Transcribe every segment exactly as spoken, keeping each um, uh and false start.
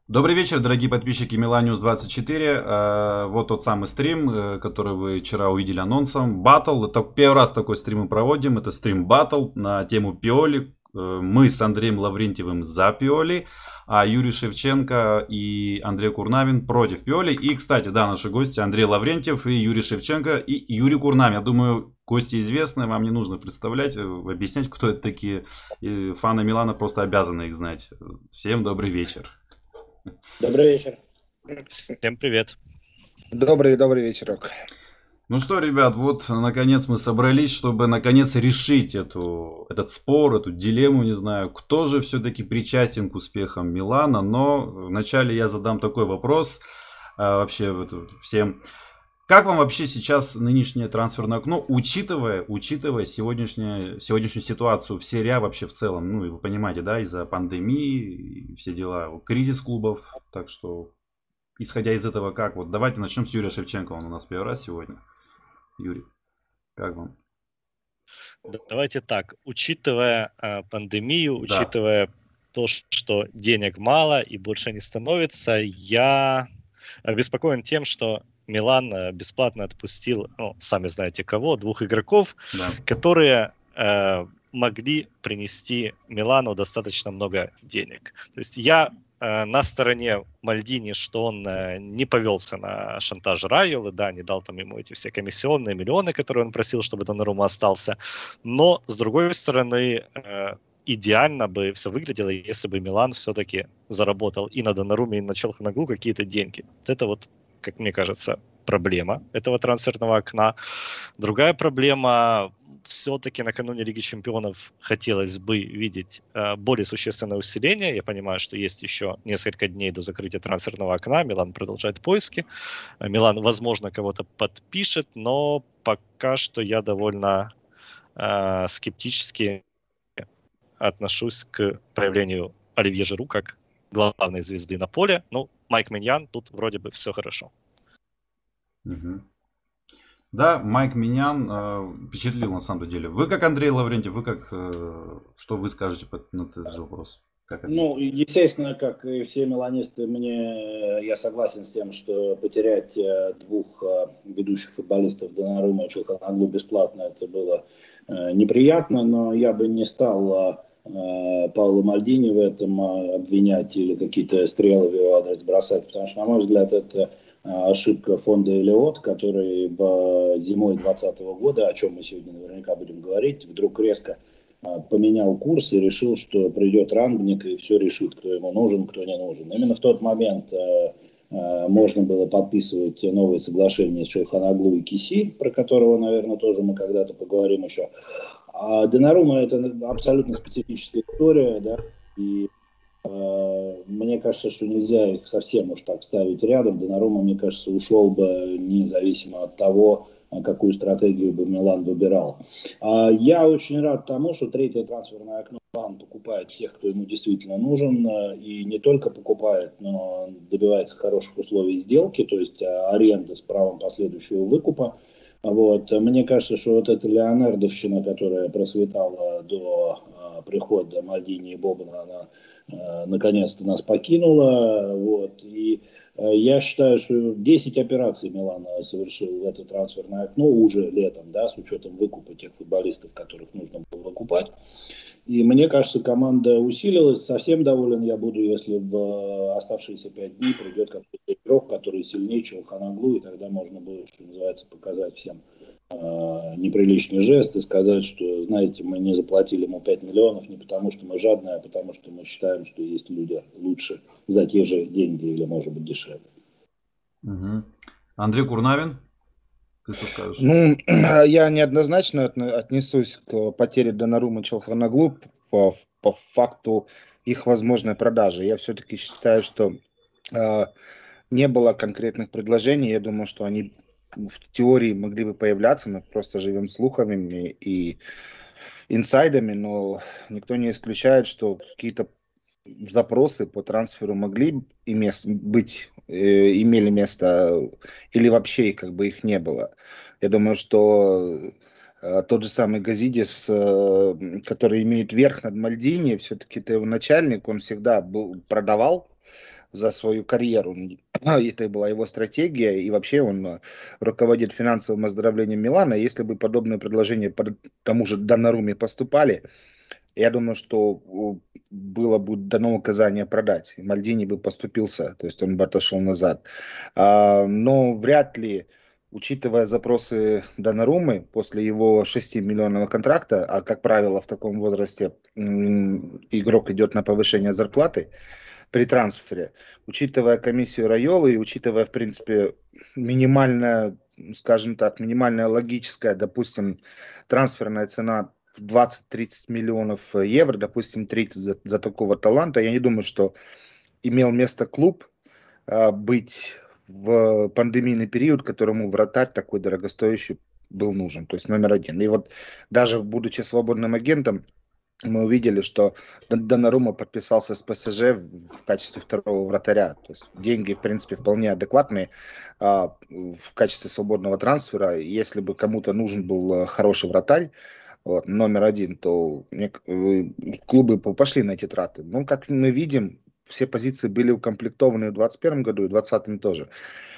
Добрый вечер, дорогие подписчики Миланиус двадцать четыре. Э, Вот тот самый стрим, э, который вы вчера увидели анонсом. Батл. Это первый раз такой стрим мы проводим. Это стрим батл на тему Пиоли. Э, Мы с Андреем Лаврентьевым за Пиоли, а Юрий Шевченко и Андрей Курнавин против Пиоли. И, кстати, да, наши гости Андрей Лаврентьев и Юрий Шевченко и Юрий Курнавин. Я думаю, гости известны, вам не нужно представлять, э, объяснять, кто это такие. И фаны Милана просто обязаны их знать. Всем добрый вечер. Добрый вечер. Всем привет. Добрый, добрый вечерок. Ну что, ребят, вот наконец мы собрались, чтобы наконец решить эту, этот спор, эту дилемму, не знаю, кто же все-таки причастен к успехам Милана. Но вначале я задам такой вопрос а, вообще вот всем. Как вам вообще сейчас нынешнее трансферное окно, учитывая, учитывая сегодняшнюю, сегодняшнюю ситуацию в серии А вообще в целом? Ну, и вы понимаете, да, из-за пандемии и все дела, кризис клубов. Так что, исходя из этого, как? Вот давайте начнем с Юрия Шевченко, он у нас первый раз сегодня. Юрий, как вам? Давайте так, учитывая э, пандемию, Да. учитывая то, что денег мало и больше не становится, я обеспокоен тем, что Милан э, бесплатно отпустил, ну, сами знаете кого, двух игроков, Да. которые э, могли принести Милану достаточно много денег. То есть я э, на стороне Мальдини, что он э, не повелся на шантаж Райолы, да, не дал там ему эти все комиссионные миллионы, которые он просил, чтобы Донорума остался. Но, с другой стороны, э, идеально бы все выглядело, если бы Милан все-таки заработал и на Доноруме, и на Чалханоглу какие-то деньги. Вот это вот, как мне кажется, проблема этого трансферного окна. Другая проблема, все-таки накануне Лиги Чемпионов хотелось бы видеть э, более существенное усиление. Я понимаю, что есть еще несколько дней до закрытия трансферного окна. Милан продолжает поиски. Милан, возможно, кого-то подпишет, но пока что я довольно э, скептически отношусь к появлению Оливье Жиру как главной звезды на поле. Ну, Майк Миньян, тут вроде бы все хорошо. Угу. Да, Майк Миньян э, впечатлил на самом деле. Вы как Андрей Лаврентьев, вы как, э, что вы скажете на этот вопрос? Как это? Ну, естественно, как и все миланисты, мне я согласен с тем, что потерять э, двух э, ведущих футболистов Донорума и Чалханоглу бесплатно это было э, неприятно, но я бы не стал э, Пауло Мальдини в этом э, обвинять или какие-то стрелы в его адрес бросать, потому что, на мой взгляд, это ошибка фонда Элиот, который в зимой двадцатого года, о чем мы сегодня наверняка будем говорить, вдруг резко поменял курс и решил, что придет Рангник и все решит, кто ему нужен, кто не нужен. Именно в тот момент э, э, можно было подписывать новые соглашения с Чалханоглу и Киси, про которого, наверное, тоже мы когда-то поговорим еще. А Донорума это абсолютно специфическая история, да, и мне кажется, что нельзя их совсем уж так ставить рядом. Донорума, мне кажется, ушел бы независимо от того, какую стратегию бы Милан выбирал. Я очень рад тому, что третье трансферное окно Милан покупает тех, кто ему действительно нужен. И не только покупает, но добивается хороших условий сделки, то есть аренды с правом последующего выкупа. Вот. Мне кажется, что вот эта Леонардовщина, которая просветала до прихода Мальдини и Бобана, она наконец-то нас покинула. Вот. И я считаю, что десять операций Милан совершил в это трансферное окно уже летом, да, с учетом выкупа тех футболистов, которых нужно было выкупать. И мне кажется, команда усилилась. Совсем доволен я буду, если в оставшиеся пять дней придет какой-то игрок, который сильнее Чалханоглу, и тогда можно будет, что называется, показать всем неприличный жест и сказать, что, знаете, мы не заплатили ему пять миллионов не потому, что мы жадные, а потому, что мы считаем, что есть люди лучше за те же деньги или, может быть, дешевле. Угу. Андрей Курнавин, ты что скажешь? Ну, я неоднозначно отнесусь к потере Донорума и Чалханоглу по, по факту их возможной продажи. Я все-таки считаю, что э, не было конкретных предложений. Я думаю, что они в теории могли бы появляться, мы просто живем слухами и инсайдами, но никто не исключает, что какие-то запросы по трансферу могли иметь, быть, э, имели место или вообще как бы их не было. Я думаю, что э, тот же самый Газидис, э, который имеет верх над Мальдини, все-таки это его начальник, он всегда был, продавал за свою карьеру. Это была его стратегия, и вообще он руководит финансовым оздоровлением Милана. Если бы подобные предложения по тому же Донаруме поступали, я думаю, что было бы дано указание продать. Мальдини бы поступился, то есть он бы отошел назад. Но вряд ли, учитывая запросы Донарумы после его шестимиллионного контракта, а как правило в таком возрасте игрок идет на повышение зарплаты при трансфере, учитывая комиссию Райолы и учитывая, в принципе, минимальная, скажем так, минимальная логическая, допустим, трансферная цена двадцать-тридцать миллионов евро, допустим, тридцать за, за такого таланта, я не думаю, что имел место клуб а, быть в пандемийный период, которому вратарь такой дорогостоящий был нужен, то есть номер один. И вот даже будучи свободным агентом, мы увидели, что Донарума подписался с ПСЖ в качестве второго вратаря. То есть деньги, в принципе, вполне адекватные а, в качестве свободного трансфера. Если бы кому-то нужен был хороший вратарь, вот, номер один, то клубы пошли на эти траты. Но, как мы видим, все позиции были укомплектованы в двадцать первом году и в двадцатом тоже.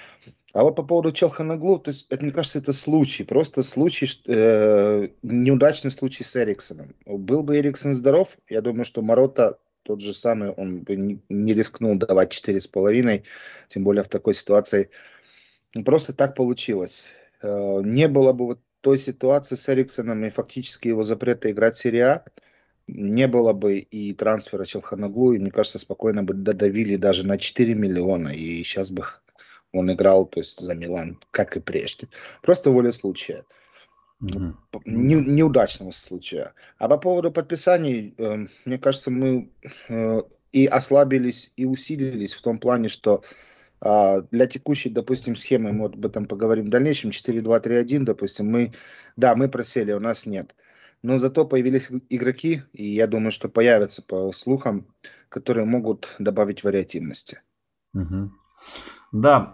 А вот по поводу Çalhanoğlu, то есть, это, мне кажется, это случай, просто случай, э, неудачный случай с Эриксоном. Был бы Эриксон здоров, я думаю, что Морота тот же самый, он бы не, не рискнул давать четыре с половиной, тем более в такой ситуации. Просто так получилось. Э, не было бы вот той ситуации с Эриксоном и фактически его запрета играть в серии А, не было бы и трансфера Çalhanoğlu, и, мне кажется, спокойно бы додавили даже на четыре миллиона, и сейчас бы он играл, то есть, за Милан, как и прежде. Просто воля случая. Mm-hmm. Не, неудачного случая. А по поводу подписаний, э, мне кажется, мы э, и ослабились, и усилились в том плане, что э, для текущей, допустим, схемы, мы вот об этом поговорим в дальнейшем, четыре два три один, допустим, мы, да, мы просели, у нас нет. Но зато появились игроки, и я думаю, что появятся, по слухам, которые могут добавить вариативности. Mm-hmm. Да,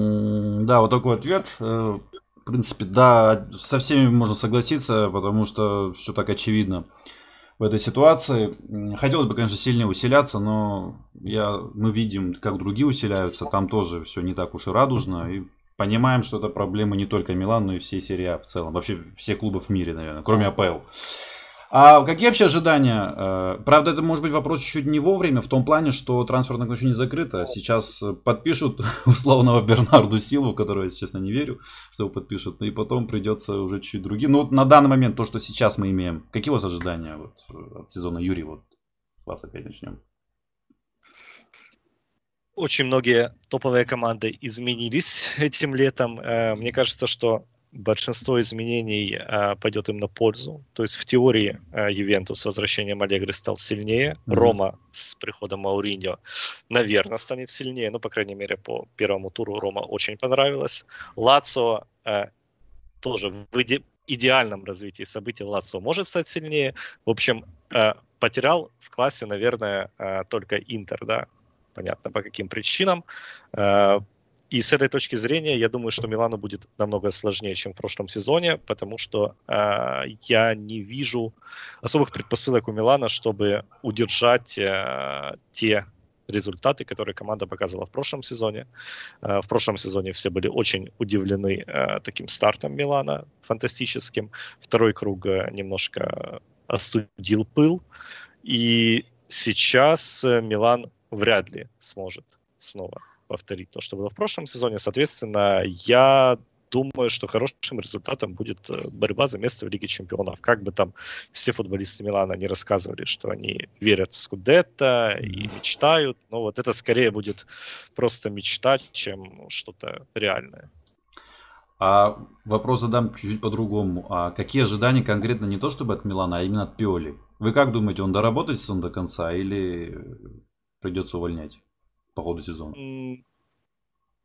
да, вот такой ответ. В принципе, да, со всеми можно согласиться, потому что все так очевидно в этой ситуации. Хотелось бы, конечно, сильнее усиляться, но я, мы видим, как другие усиляются, там тоже все не так уж и радужно. И понимаем, что это проблема не только Милана, но и всей серии А в целом. Вообще всех клубов в мире, наверное, кроме АПЛ. А какие вообще ожидания? Правда, это может быть вопрос чуть-чуть не вовремя, в том плане, что трансферное окно еще не закрыто. Сейчас подпишут условного Бернарду Силву, в которого я, честно, не верю, что его подпишут. И потом придется уже чуть-чуть другим. Ну вот на данный момент, то, что сейчас мы имеем. Какие у вас ожидания вот, от сезона? Юрий, вот с вас опять начнем. Очень многие топовые команды изменились этим летом. Мне кажется, что большинство изменений э, пойдет им на пользу. То есть в теории э, Ювентус с возвращением Аллегри стал сильнее. Mm-hmm. Рома с приходом Мауриньо, наверное, станет сильнее. Ну, по крайней мере, по первому туру Рома очень понравилось. Лацио э, тоже в иде- идеальном развитии событий Лацио может стать сильнее. В общем, э, потерял в классе, наверное, э, только Интер, да. Понятно, по каким причинам. Э, И с этой точки зрения, я думаю, что Милану будет намного сложнее, чем в прошлом сезоне, потому что э, я не вижу особых предпосылок у Милана, чтобы удержать э, те результаты, которые команда показывала в прошлом сезоне. Э, в прошлом сезоне все были очень удивлены э, таким стартом Милана, фантастическим. Второй круг э, немножко остудил пыл. И сейчас Милан вряд ли сможет снова повторить то, что было в прошлом сезоне. Соответственно, я думаю, что хорошим результатом будет борьба за место в Лиге Чемпионов. Как бы там все футболисты Милана не рассказывали, что они верят в Скудетто и мечтают, но вот это скорее будет просто мечта, чем что-то реальное. А вопрос задам чуть-чуть по-другому. А какие ожидания конкретно не то чтобы от Милана, а именно от Пиоли? Вы как думаете, он доработает сезон до конца или придется увольнять по ходу сезона?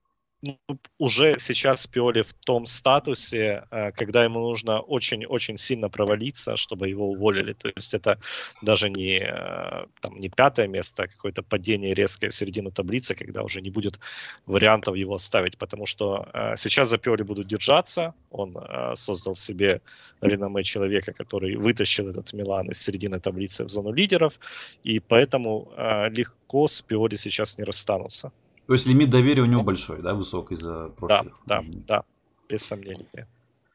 ну, уже сейчас Пиоли в том статусе, когда ему нужно очень-очень сильно провалиться, чтобы его уволили. То есть это даже не, там, не пятое место, а какое-то падение резкое в середину таблицы, когда уже не будет вариантов его оставить. Потому что сейчас за Пиоли будут держаться. Он создал себе реноме человека, который вытащил этот Милан из середины таблицы в зону лидеров. И поэтому легко с Пиоли сейчас не расстанутся. То есть лимит доверия у него большой, да, высокий за прошлых? Да, да, да, без сомнения.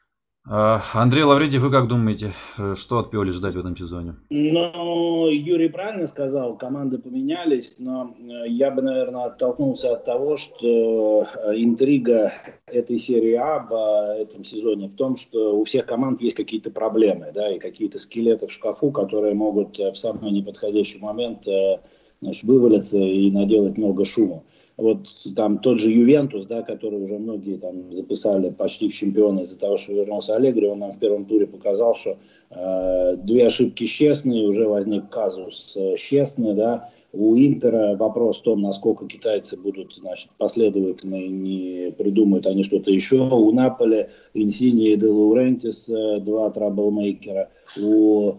Андрей Лаврентьев, вы как думаете, что от Пиоли ждать в этом сезоне? Ну, Юрий правильно сказал, команды поменялись, но я бы, наверное, оттолкнулся от того, что интрига этой серии А в этом сезоне в том, что у всех команд есть какие-то проблемы, да, и какие-то скелеты в шкафу, которые могут в самый неподходящий момент, значит, вывалиться и наделать много шума. Вот там тот же Ювентус, да, который уже многие там записали почти в чемпионы из-за того, что вернулся Аллегри, он нам в первом туре показал, что э, две ошибки Щесные, уже возник казус Щесны, да. У Интера вопрос в том, насколько китайцы будут, значит, последовательно и не придумают они что-то еще. У Наполи Инсини и Де Лаурентис, два траблмейкера. У,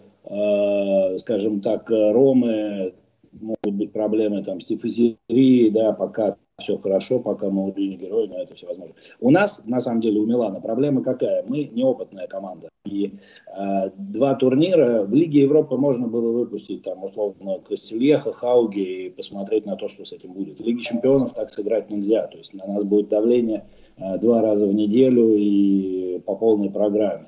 э, скажем так, Ромы могут быть проблемы там с тифозерией, да, пока все хорошо, пока Мауриньо герой, но это все возможно. У нас, на самом деле, у Милана проблема какая? Мы неопытная команда. И э, два турнира в Лиге Европы можно было выпустить, там, условно, Кастильеха, Хауги и посмотреть на то, что с этим будет. В Лиге Чемпионов так сыграть нельзя. То есть на нас будет давление э, два раза в неделю и по полной программе.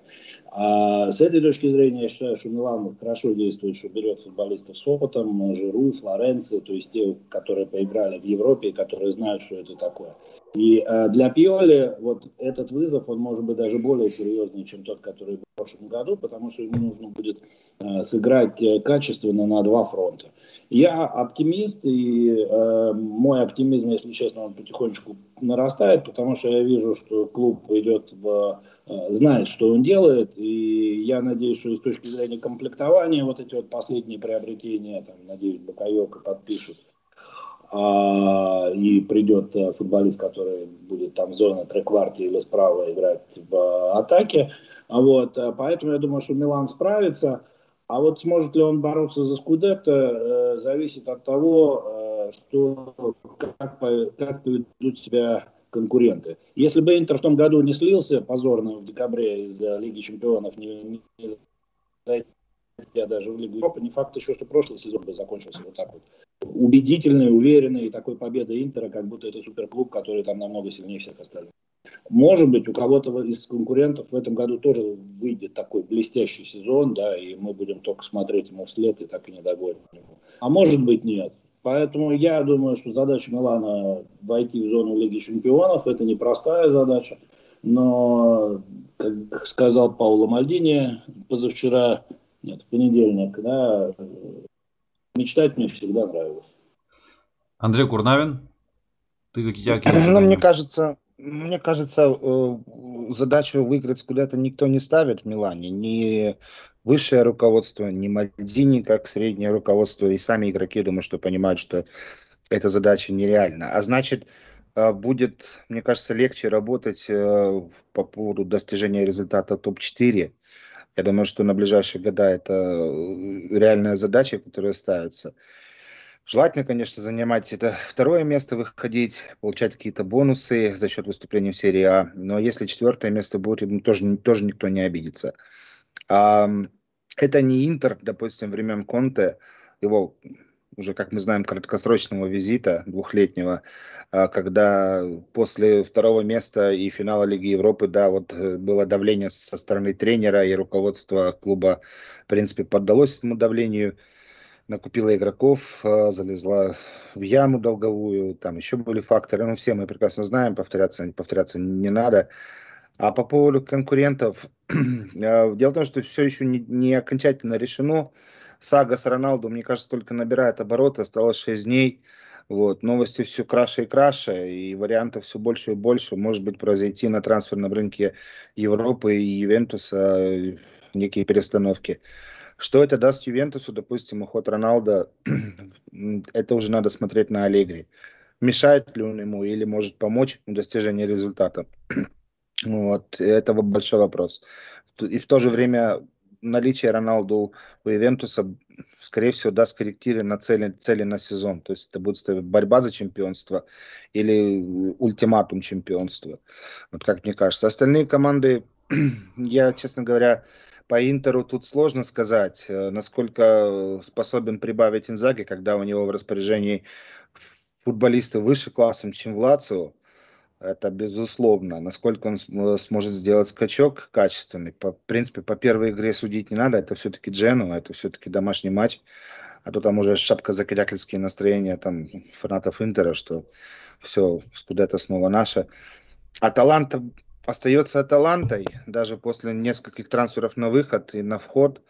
А с этой точки зрения я считаю, что Милан хорошо действует, что берет футболистов с опытом, Жиру, Флоренци, то есть те, которые поиграли в Европе и которые знают, что это такое. И э, для Пиоли вот этот вызов, он может быть даже более серьезный, чем тот, который был в прошлом году, потому что ему нужно будет э, сыграть качественно на два фронта. Я оптимист, и э, мой оптимизм, если честно, он потихонечку нарастает, потому что я вижу, что клуб идет в, э, знает, что он делает, и я надеюсь, что с точки зрения комплектования вот эти вот последние приобретения, там, надеюсь, Бакайоко подпишет, а, и придет футболист, который будет там в зоне трекварти или справа играть в атаке, вот, поэтому я думаю, что Милан справится. А вот сможет ли он бороться за Скудетто, э, зависит от того, э, что, как, как поведут себя конкуренты. Если бы Интер в том году не слился позорно в декабре из Лиги Чемпионов, не, не зайдя даже в Лигу Европы, не факт еще, что прошлый сезон бы закончился вот так вот. Убедительный, уверенный, и такой победа Интера, как будто это суперклуб, который там намного сильнее всех остальных. Может быть, у кого-то из конкурентов в этом году тоже выйдет такой блестящий сезон, да, и мы будем только смотреть ему вслед и так и не догоним его. А может быть, нет. Поэтому я думаю, что задача Милана войти в зону Лиги Чемпионов, это непростая задача, но, как сказал Пауло Мальдини позавчера, нет, в понедельник, да, мечтать мне всегда нравилось. Андрей Курнавин, ты какие Ну, мне кажется, мне кажется, задачу выиграть Скудетто никто не ставит в Милане. Ни высшее руководство, ни Мальдини, как среднее руководство, и сами игроки, думаю, что понимают, что эта задача нереальна. А значит, будет, мне кажется, легче работать по поводу достижения результата топ четыре. Я думаю, что на ближайшие года это реальная задача, которая ставится. Желательно, конечно, занимать это второе место, выходить, получать какие-то бонусы за счет выступления в серии А. Но если четвертое место будет, тоже, тоже никто не обидится. А, это не Интер, допустим, времен Конте, его уже, как мы знаем, краткосрочного визита двухлетнего, когда после второго места и финала Лиги Европы, да, вот было давление со стороны тренера, и руководство клуба, в принципе, поддалось этому давлению. Накупила игроков, залезла в яму долговую, там еще были факторы, ну все мы прекрасно знаем, повторяться, повторяться не надо. А по поводу конкурентов, дело в том, что все еще не, не окончательно решено. Сага с Роналду, мне кажется, только набирает обороты, осталось шесть дней. Вот, новости все краше и краше, и вариантов все больше и больше. Может быть, произойти на трансферном рынке Европы и Ювентуса некие перестановки. Что это даст Ювентусу, допустим, уход Роналдо, это уже надо смотреть на Аллегри. мешает ли он ему или может помочь в достижении результата. Вот, это большой вопрос. И в то же время наличие Роналду у Ювентуса, скорее всего, даст корректиры на цели, цели на сезон. То есть это будет борьба за чемпионство или ультиматум чемпионства. Вот как мне кажется. Остальные команды, я, честно говоря, по Интеру тут сложно сказать, насколько способен прибавить Инзаги, когда у него в распоряжении футболисты выше классом, чем в Лацио. Это безусловно. Насколько он сможет сделать скачок качественный. По, в принципе, по первой игре судить не надо. Это все-таки Джену, это все-таки домашний матч. А то там уже шапкозакидательские настроения там, фанатов Интера, что все, Скудетто снова наше. Аталанта остается Аталантой, даже после нескольких трансферов на выход и на вход.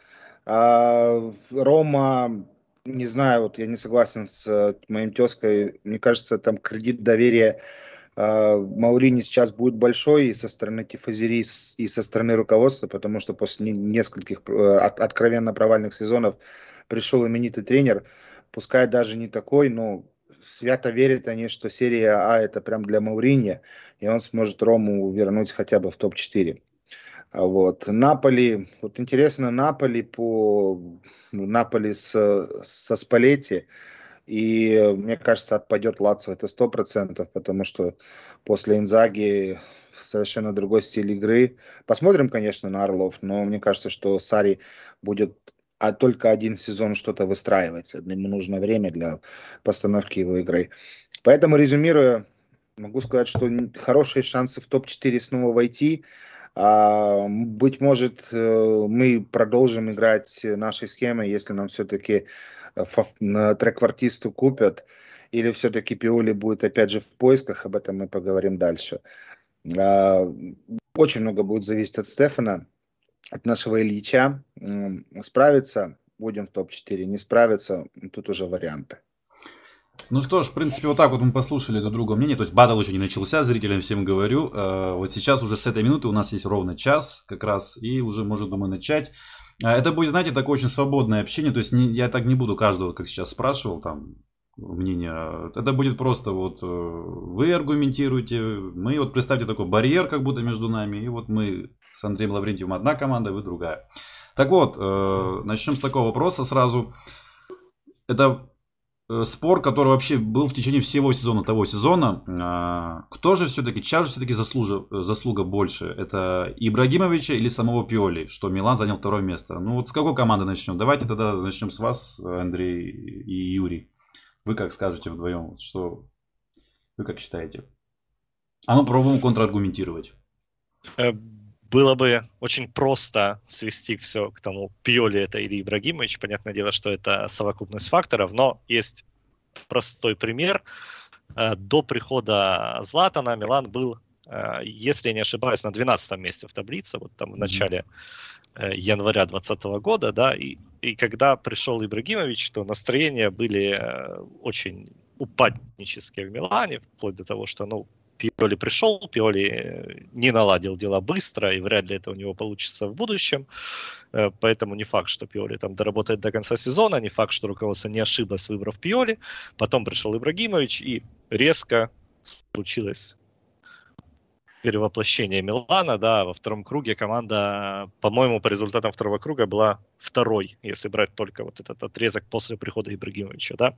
А Рома, не знаю, вот я не согласен с моим тезкой. Мне кажется, там кредит доверия Маурини сейчас будет большой и со стороны тифозерии, и со стороны руководства, потому что после нескольких откровенно провальных сезонов пришел именитый тренер, пускай даже не такой, но свято верят они, что серия А это прям для Маурини, и он сможет Рому вернуть хотя бы в топ четыре. Вот. Наполи, вот интересно, Наполи по Наполи с, со Спалетти. И мне кажется, отпадет Лацио, это сто процентов, потому что после Инзаги совершенно другой стиль игры. Посмотрим, конечно, на Орлов, но мне кажется, что Сарри будет а только один сезон что-то выстраивать. Ему нужно время для постановки его игры. Поэтому, резюмируя, могу сказать, что хорошие шансы в топ четыре снова войти. А, быть может, мы продолжим играть нашей схемой, если нам все-таки треквартисту купят, или все-таки Пиоли будет опять же в поисках, об этом мы поговорим дальше. Очень много будет зависеть от Стефана, от нашего Ильича. Справится, будем в топ четыре, не справится, тут уже варианты. Ну что ж, в принципе, вот так вот мы послушали друг друга мнение. То есть батл еще не начался, зрителям всем говорю. Вот сейчас уже с этой минуты у нас есть ровно час как раз, и уже можно, думаю, начать. Это будет, знаете, такое очень свободное общение. То есть не, я так не буду каждого, как сейчас спрашивал, там, мнение. Это будет просто вот вы аргументируете, мы, вот представьте такой барьер как будто между нами. И вот мы с Андреем Лаврентьевым одна команда, вы другая. Так вот, начнем с такого вопроса сразу. Это спор, который вообще был в течение всего сезона, того сезона. Кто же все-таки, чья же все-таки заслужа, заслуга больше? Это Ибрагимовича или самого Пиоли, что Милан занял второе место? Ну вот с какой команды начнем? Давайте тогда начнем с вас, Андрей и Юрий. Вы как скажете вдвоем? Что вы как считаете? А мы пробуем контраргументировать. Было бы очень просто свести все к тому, Пиоли это или Ибрагимович. Понятное дело, что это совокупность факторов, но есть простой пример. До прихода Златана Милан был, если я не ошибаюсь, на двенадцатом месте в таблице, вот там в начале января двадцатого года, да, и, и когда пришел Ибрагимович, то настроения были очень упаднические в Милане, вплоть до того, что, ну, Пиоли пришел, Пиоли не наладил дела быстро, и вряд ли это у него получится в будущем. Поэтому не факт, что Пиоли там доработает до конца сезона, не факт, что руководство не ошиблось, выбрав Пиоли. Потом пришел Ибрагимович, и резко случилось перевоплощение Милана. Да, во втором круге команда, по-моему, по результатам второго круга была второй, если брать только вот этот отрезок после прихода Ибрагимовича, да.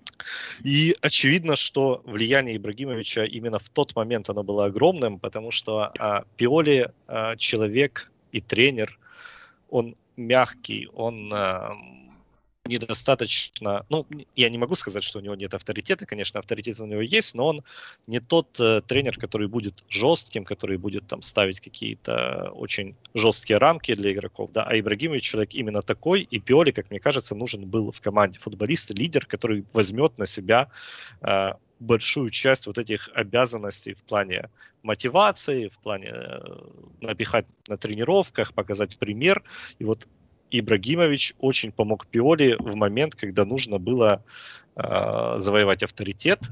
И очевидно, что влияние Ибрагимовича именно в тот момент оно было огромным, потому что а, Пиоли а, человек и тренер, он мягкий, он а, недостаточно, ну, я не могу сказать, что у него нет авторитета, конечно, авторитет у него есть, но он не тот э, тренер, который будет жестким, который будет там ставить какие-то очень жесткие рамки для игроков, да, а Ибрагимович человек именно такой, и Пиоли, как мне кажется, нужен был в команде футболист, лидер, который возьмет на себя э, большую часть вот этих обязанностей в плане мотивации, в плане э, напихать на тренировках, показать пример, и вот Ибрагимович очень помог Пиоли в момент, когда нужно было э, завоевать авторитет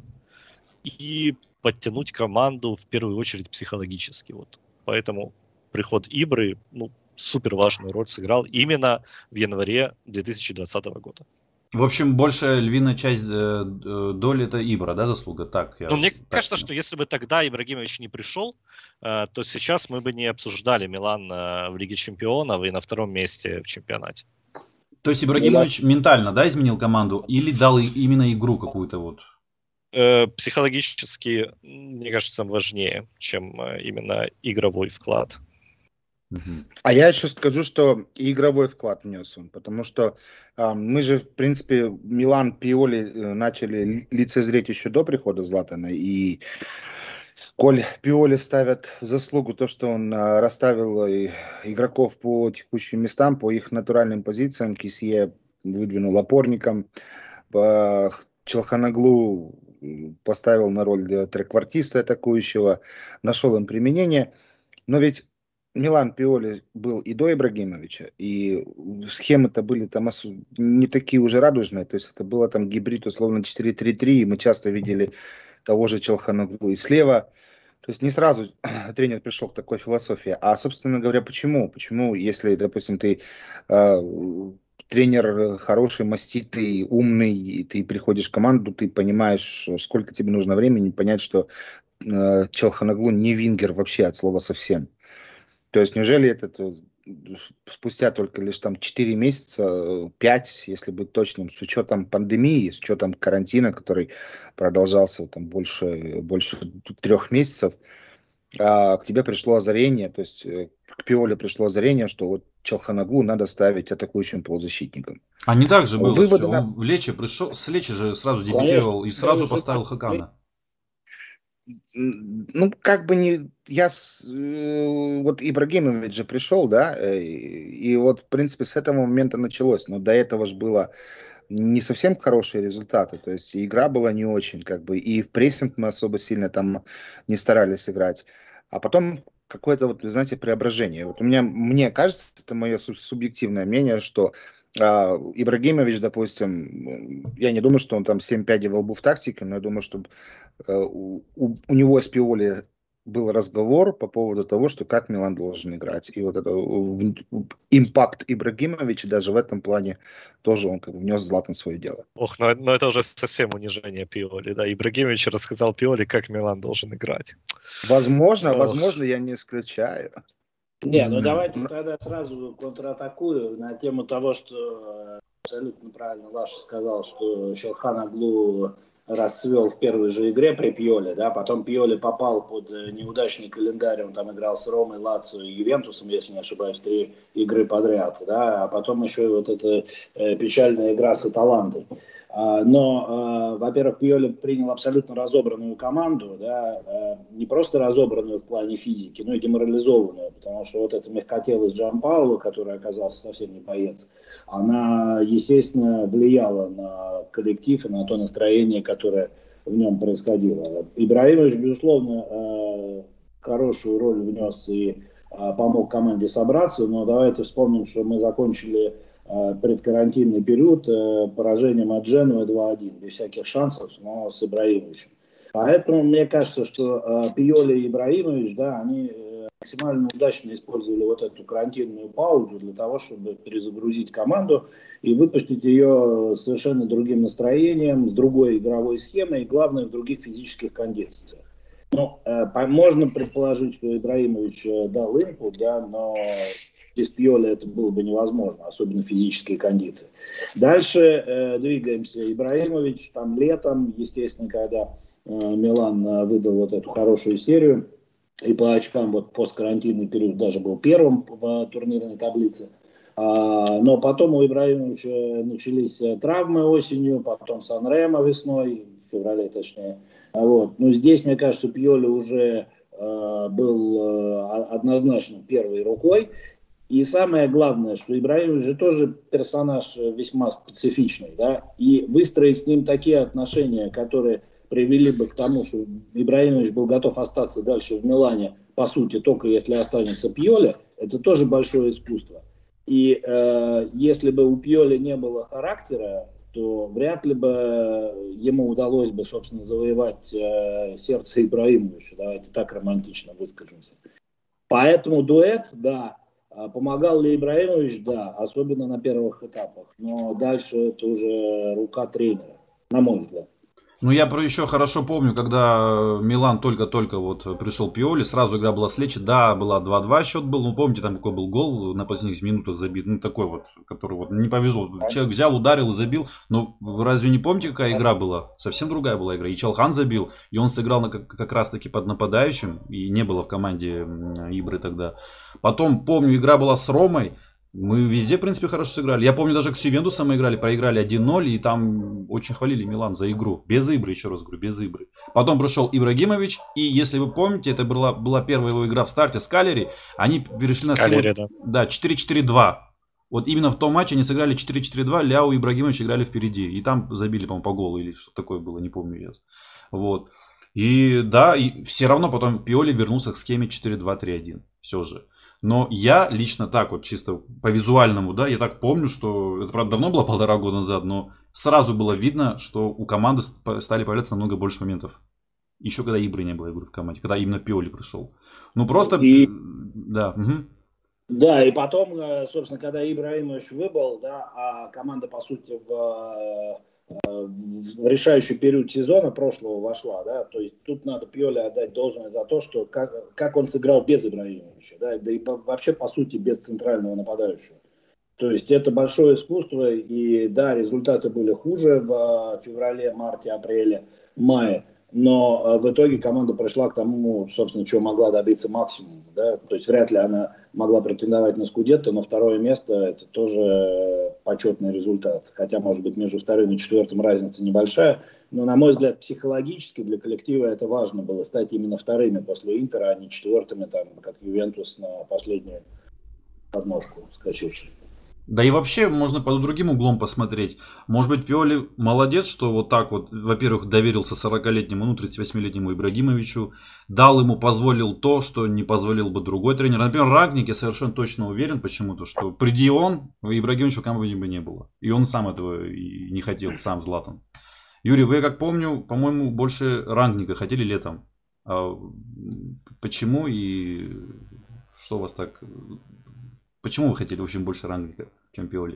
и подтянуть команду в первую очередь психологически. Вот. Поэтому приход Ибры, ну, супер важную роль сыграл именно в январе две тысячи двадцатого года. В общем, большая львиная часть э, доли это Ибра, да, заслуга? Так, я Ну, мне так кажется, понимаю. что если бы тогда Ибрагимович не пришел, э, то сейчас мы бы не обсуждали Милан э, в Лиге Чемпионов и на втором месте в чемпионате. То есть Ну, я, Ибрагимович ментально, да, изменил команду или дал и- именно игру какую-то вот? Э, психологически, мне кажется, важнее, чем э, именно игровой вклад. Мгм. А я еще скажу, что и игровой вклад внес он, потому что а, мы же, в принципе, Милан, Пиоли э, начали ли- лицезреть еще до прихода Златана, и коль Пиоли ставят в заслугу то, что он а, расставил э, игроков по текущим местам, по их натуральным позициям, Кисье выдвинул опорником, по- Челханоглу м, поставил на роль э, треквартиста атакующего, нашел им применение. Но ведь Милан Пиоли был и до Ибрагимовича, и схемы-то были там ос- не такие уже радужные, то есть это было там гибрид условно четыре три три, и мы часто видели того же Челханоглу и слева. То есть не сразу тренер пришел к такой философии. А, собственно говоря, почему? Почему, если, допустим, ты э, тренер хороший, маститый, умный, и ты приходишь в команду, ты понимаешь, сколько тебе нужно времени понять, что э, Челханоглу не вингер вообще от слова совсем. То есть неужели этот э, спустя только лишь там четыре месяца, э, пять, если быть точным, с учетом пандемии, с учетом карантина, который продолжался там больше, больше трех месяцев, а к тебе пришло озарение, то есть э, к Пиоле пришло озарение, что вот Челханоглу надо ставить атакующим полузащитником. А не так же было все. Выводы на... Он в Лечи пришел, с Лечи же сразу конечно, дебютировал и было сразу же поставил так. Хакана. Ну, как бы не... Я... с- э, Вот Ибрагимович же пришел, да, э, и вот, в принципе, с этого момента началось. Но до этого же было не совсем хорошие результаты. То есть и игра была не очень, как бы, и в прессинг мы особо сильно там не старались играть. А потом какое-то, вот, знаете, преображение. Вот у меня, мне кажется, это мое суб- субъективное мнение, что а, Ибрагимович, допустим, м, я не думаю, что он там семь пядей во лбу в тактике, но я думаю, что э, у, у- у него с Пиоли был разговор по поводу того, что как Милан должен играть. И вот это в- в- импакт Ибрагимовича даже в этом плане тоже он как бы внес Златан свое дело. Ох, но, но это уже совсем унижение Пиоли, да. Ибрагимович рассказал Пиоли, как Милан должен играть. Возможно, Ох. возможно, я не исключаю. Не, ну давайте тогда сразу контратакую на тему того, что э, абсолютно правильно Лаша сказал, что Челханоглу расцвел в первой же игре при Пьоле, да, потом Пьоле попал под э, неудачный календарь, он там играл с Ромой, Лацио и Ювентусом, если не ошибаюсь, три игры подряд, да, а потом еще и вот эта э, печальная игра с Аталантой. А, Но, а, во-первых, Пьоли принял абсолютно разобранную команду, да, а, не просто разобранную в плане физики, но и деморализованную, потому что вот эта мягкотелость Джанпауло, который оказался совсем не боец, она, естественно, влияла на коллектив и на то настроение, которое в нем происходило. Ибрагимович, безусловно, а, хорошую роль внес и а, помог команде собраться, но давайте вспомним, что мы закончили предкарантинный период поражением от Дженуи два один, без всяких шансов, но с Ибрагимовичем. Поэтому мне кажется, что Пиоли и Ибрагимович, да, они максимально удачно использовали вот эту карантинную паузу для того, чтобы перезагрузить команду и выпустить ее совершенно другим настроением, с другой игровой схемой и, главное, в других физических кондициях. Ну, можно предположить, что Ибрагимович дал импульс, да, но без Пьоли это было бы невозможно, особенно физические кондиции. Дальше э, двигаемся. Ибрагимович там летом, естественно, когда э, Милан э, выдал вот эту хорошую серию, и по очкам вот посткарантинный период даже был первым в турнирной таблице. А, но потом у Ибрагимовича начались травмы осенью, потом Сан-Ремо весной, в феврале точнее. Вот. Но здесь, мне кажется, Пьоли уже э, был э, однозначно первой рукой. И самое главное, что Ибрагимович же тоже персонаж весьма специфичный, да, и выстроить с ним такие отношения, которые привели бы к тому, что Ибрагимович был готов остаться дальше в Милане, по сути, только если останется Пьоли, это тоже большое искусство. И э, если бы у Пьоли не было характера, то вряд ли бы ему удалось бы, собственно, завоевать э, сердце Ибрагимовича, давайте так романтично выскажемся. Поэтому дуэт, да, Помогал ли Ибрагимович? Да, особенно на первых этапах. Но дальше это уже рука тренера, на мой взгляд. Ну, я про еще хорошо помню, когда Милан только-только вот пришел Пиоли, сразу игра была с Лечи, да, была два-два счет был, ну, помните, там какой был гол на последних минутах забит, ну, такой вот, который вот не повезло. Человек взял, ударил и забил, но вы разве не помните, какая игра была? Совсем другая была игра. И Чалхан забил, и он сыграл на, как, как раз-таки под нападающим, и не было в команде Ибры тогда. Потом, помню, игра была с Ромой. Мы везде, в принципе, хорошо сыграли. Я помню, даже с Ювентусом мы играли, проиграли один ноль, и там очень хвалили Милан за игру. Без Ибры, еще раз говорю, без Ибры. Потом пришел Ибрагимович, и если вы помните, это была, была первая его игра в старте с Калери. Они перешли на Калери, да. Да, четыре четыре два. Вот именно в том матче они сыграли четыре четыре два, Ляо и Ибрагимович играли впереди. И там забили, по-моему, по голу, или что такое было, не помню я. Вот. И да, и все равно потом Пиоли вернулся к схеме четыре два три один. Все же. Но я лично так вот, чисто по визуальному, да, я так помню, что это, правда, давно было, полтора года назад, но сразу было видно, что у команды стали появляться намного больше моментов. Еще когда Ибры не было, я говорю, в команде, когда именно Пиоли пришел. Ну, просто, и... да. Угу. Да, и потом, собственно, когда Ибрагимович выбыл, да, а команда, по сути, в... в решающий период сезона прошлого вошла, да, то есть тут надо Пиоли отдать должное за то, что как, как он сыграл без Ибрагимовича, да, да и по, вообще, по сути, без центрального нападающего. То есть это большое искусство, и да, результаты были хуже в феврале, марте, апреле, мае, но в итоге команда пришла к тому, собственно, чего могла добиться максимум, да, то есть вряд ли она могла претендовать на Скудетто, но второе место это тоже почетный результат, хотя, может быть, между вторым и четвертым разница небольшая, но, на мой взгляд, психологически для коллектива это важно было стать именно вторыми после Интера, а не четвертыми, там, как Ювентус на последнюю подножку скачивший. Да и вообще можно под другим углом посмотреть. Может быть, Пиоли молодец, что вот так вот, во-первых, доверился сорокалетнему, ну, тридцативосьмилетнему Ибрагимовичу, дал ему, позволил то, что не позволил бы другой тренер. Например, Рангник, я совершенно точно уверен почему-то, что приди он, Ибрагимовича в команде бы не было. И он сам этого и не хотел, сам Златан. Юрий, вы, как помню, по-моему, больше Рангника хотели летом. А почему и что вас так... Почему вы хотели, в общем, больше Рангника, чем Пиоли?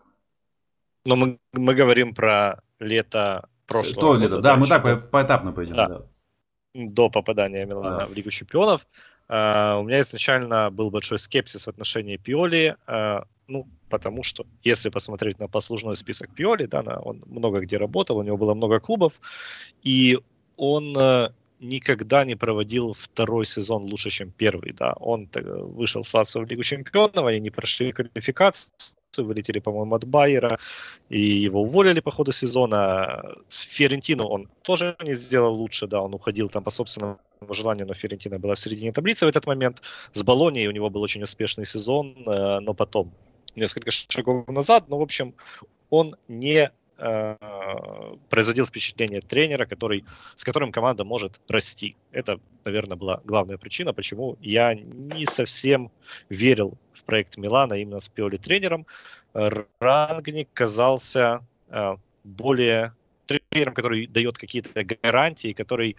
Но мы, мы говорим про лето прошлого То года. лето, да, мы так по- поэтапно пойдем. Да. Да. До попадания Милана Да. в Лигу Чемпионов. Uh, у меня изначально был большой скепсис в отношении Пиоли, uh, ну, потому что, если посмотреть на послужной список Пиоли, да, на, он много где работал, у него было много клубов, и он uh, никогда не проводил второй сезон лучше, чем первый, да. Он вышел с Лацио в Лигу Чемпионов, они не прошли квалификацию, вылетели, по-моему, от Байера, и его уволили по ходу сезона. С Фиорентино он тоже не сделал лучше, да, он уходил там по собственному желанию, но Фиорентина была в середине таблицы в этот момент. С Болоньей у него был очень успешный сезон, но потом несколько шагов назад, но, в общем, он не производил впечатление тренера, который, с которым команда может расти. Это, наверное, была главная причина, почему я не совсем верил в проект Милана именно с Пиоли тренером. Рангник казался более тренером, который дает какие-то гарантии, который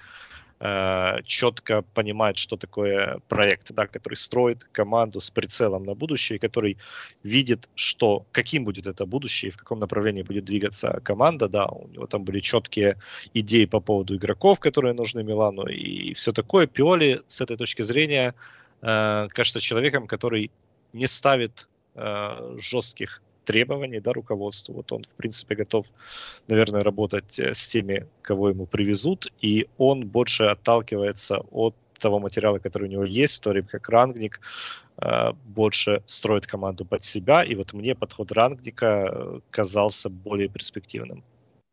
четко понимает, что такое проект, да, который строит команду с прицелом на будущее, который видит, что, каким будет это будущее и в каком направлении будет двигаться команда. Да, у него там были четкие идеи по поводу игроков, которые нужны Милану и все такое. Пиоли с этой точки зрения э, кажется человеком, который не ставит э, жестких требований, да, руководству. Вот он, в принципе, готов, наверное, работать с теми, кого ему привезут, и он больше отталкивается от того материала, который у него есть, в то время как Рангник э, больше строит команду под себя, и вот мне подход Рангника казался более перспективным.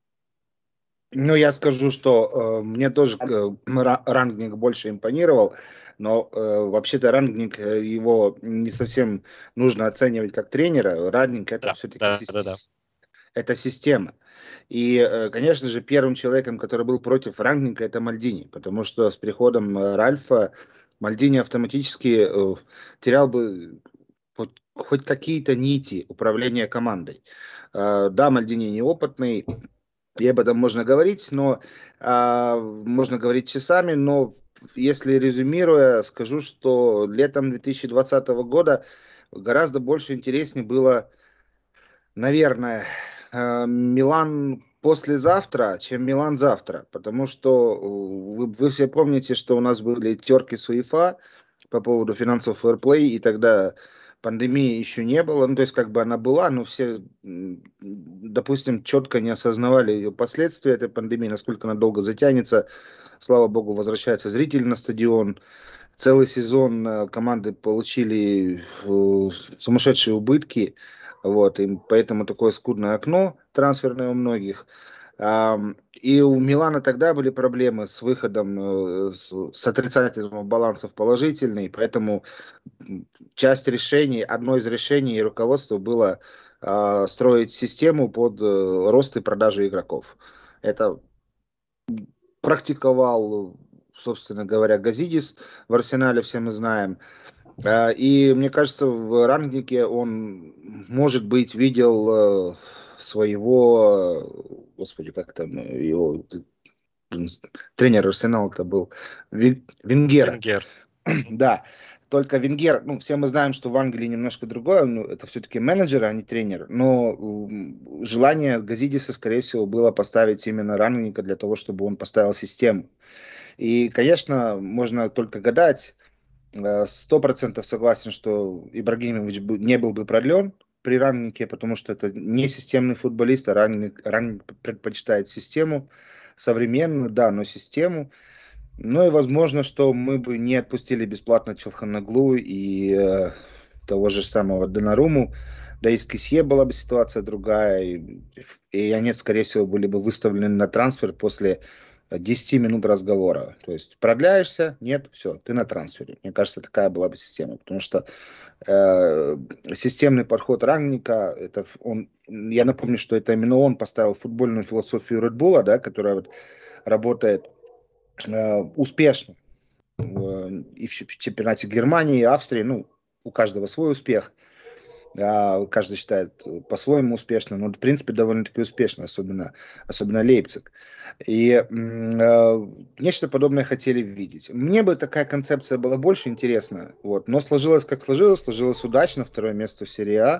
Ну, я скажу, что э, мне тоже э, Рангник больше импонировал, но э, вообще-то Рангник, его не совсем нужно оценивать как тренера. Рангник это да, все-таки да, си- да, да. это система. И, э, конечно же, первым человеком, который был против Рангника, это Мальдини, потому что с приходом Ральфа Мальдини автоматически э, терял бы хоть, хоть какие-то нити управления командой. Э, да, Мальдини неопытный, и об этом можно говорить, но а, можно говорить часами, но если резюмируя, скажу, что летом две тысячи двадцатого года гораздо больше интереснее было, наверное, Милан послезавтра, чем Милан завтра. Потому что вы, вы все помните, что у нас были терки с УЕФА по поводу финансового фэрплей, и тогда пандемии еще не было. Ну, то есть, как бы она была, но все, допустим, четко не осознавали ее последствия этой пандемии, насколько она долго затянется. Слава богу, возвращаются зрители на стадион. Целый сезон команды получили сумасшедшие убытки. Вот, и поэтому такое скудное окно трансферное у многих. И у Милана тогда были проблемы с выходом с отрицательного баланса в положительный, поэтому часть решений, одно из решений руководства было строить систему под рост и продажу игроков. Это практиковал, собственно говоря, Газидис в Арсенале, все мы знаем. И мне кажется, в Рангнике он, может быть, видел своего, господи, как там его тренер Арсенала-то был, Венгера. Венгер. Да, только Венгер, ну, все мы знаем, что в Англии немножко другое, ну, это все-таки менеджер, а не тренер, но желание Газидиса, скорее всего, было поставить именно Рангника для того, чтобы он поставил систему. И, конечно, можно только гадать. Сто процентов согласен, что Ибрагимович не был бы продлен при Рангнике, потому что это не системный футболист, а Рангник, Рангник предпочитает систему современную, да, но систему. Ну и возможно, что мы бы не отпустили бесплатно Çalhanoğlu и э, того же самого Доннарумму. Да и с Кисье была бы ситуация другая, и, и они, скорее всего, были бы выставлены на трансфер после десять минут разговора. То есть продляешься, нет, все, ты на трансфере. Мне кажется, такая была бы система. Потому что э, системный подход Рангника, это он, я напомню, что это именно он поставил футбольную философию Red Bull, да, которая вот работает э, успешно в, и в чемпионате Германии, и Австрии. Ну, у каждого свой успех. Каждый считает по-своему успешно, но в принципе довольно-таки успешно, особенно, особенно Лейпциг. И э, нечто подобное хотели видеть. Мне бы такая концепция была больше интересна, вот, но сложилось как сложилось, сложилось удачно, второе место в серии А.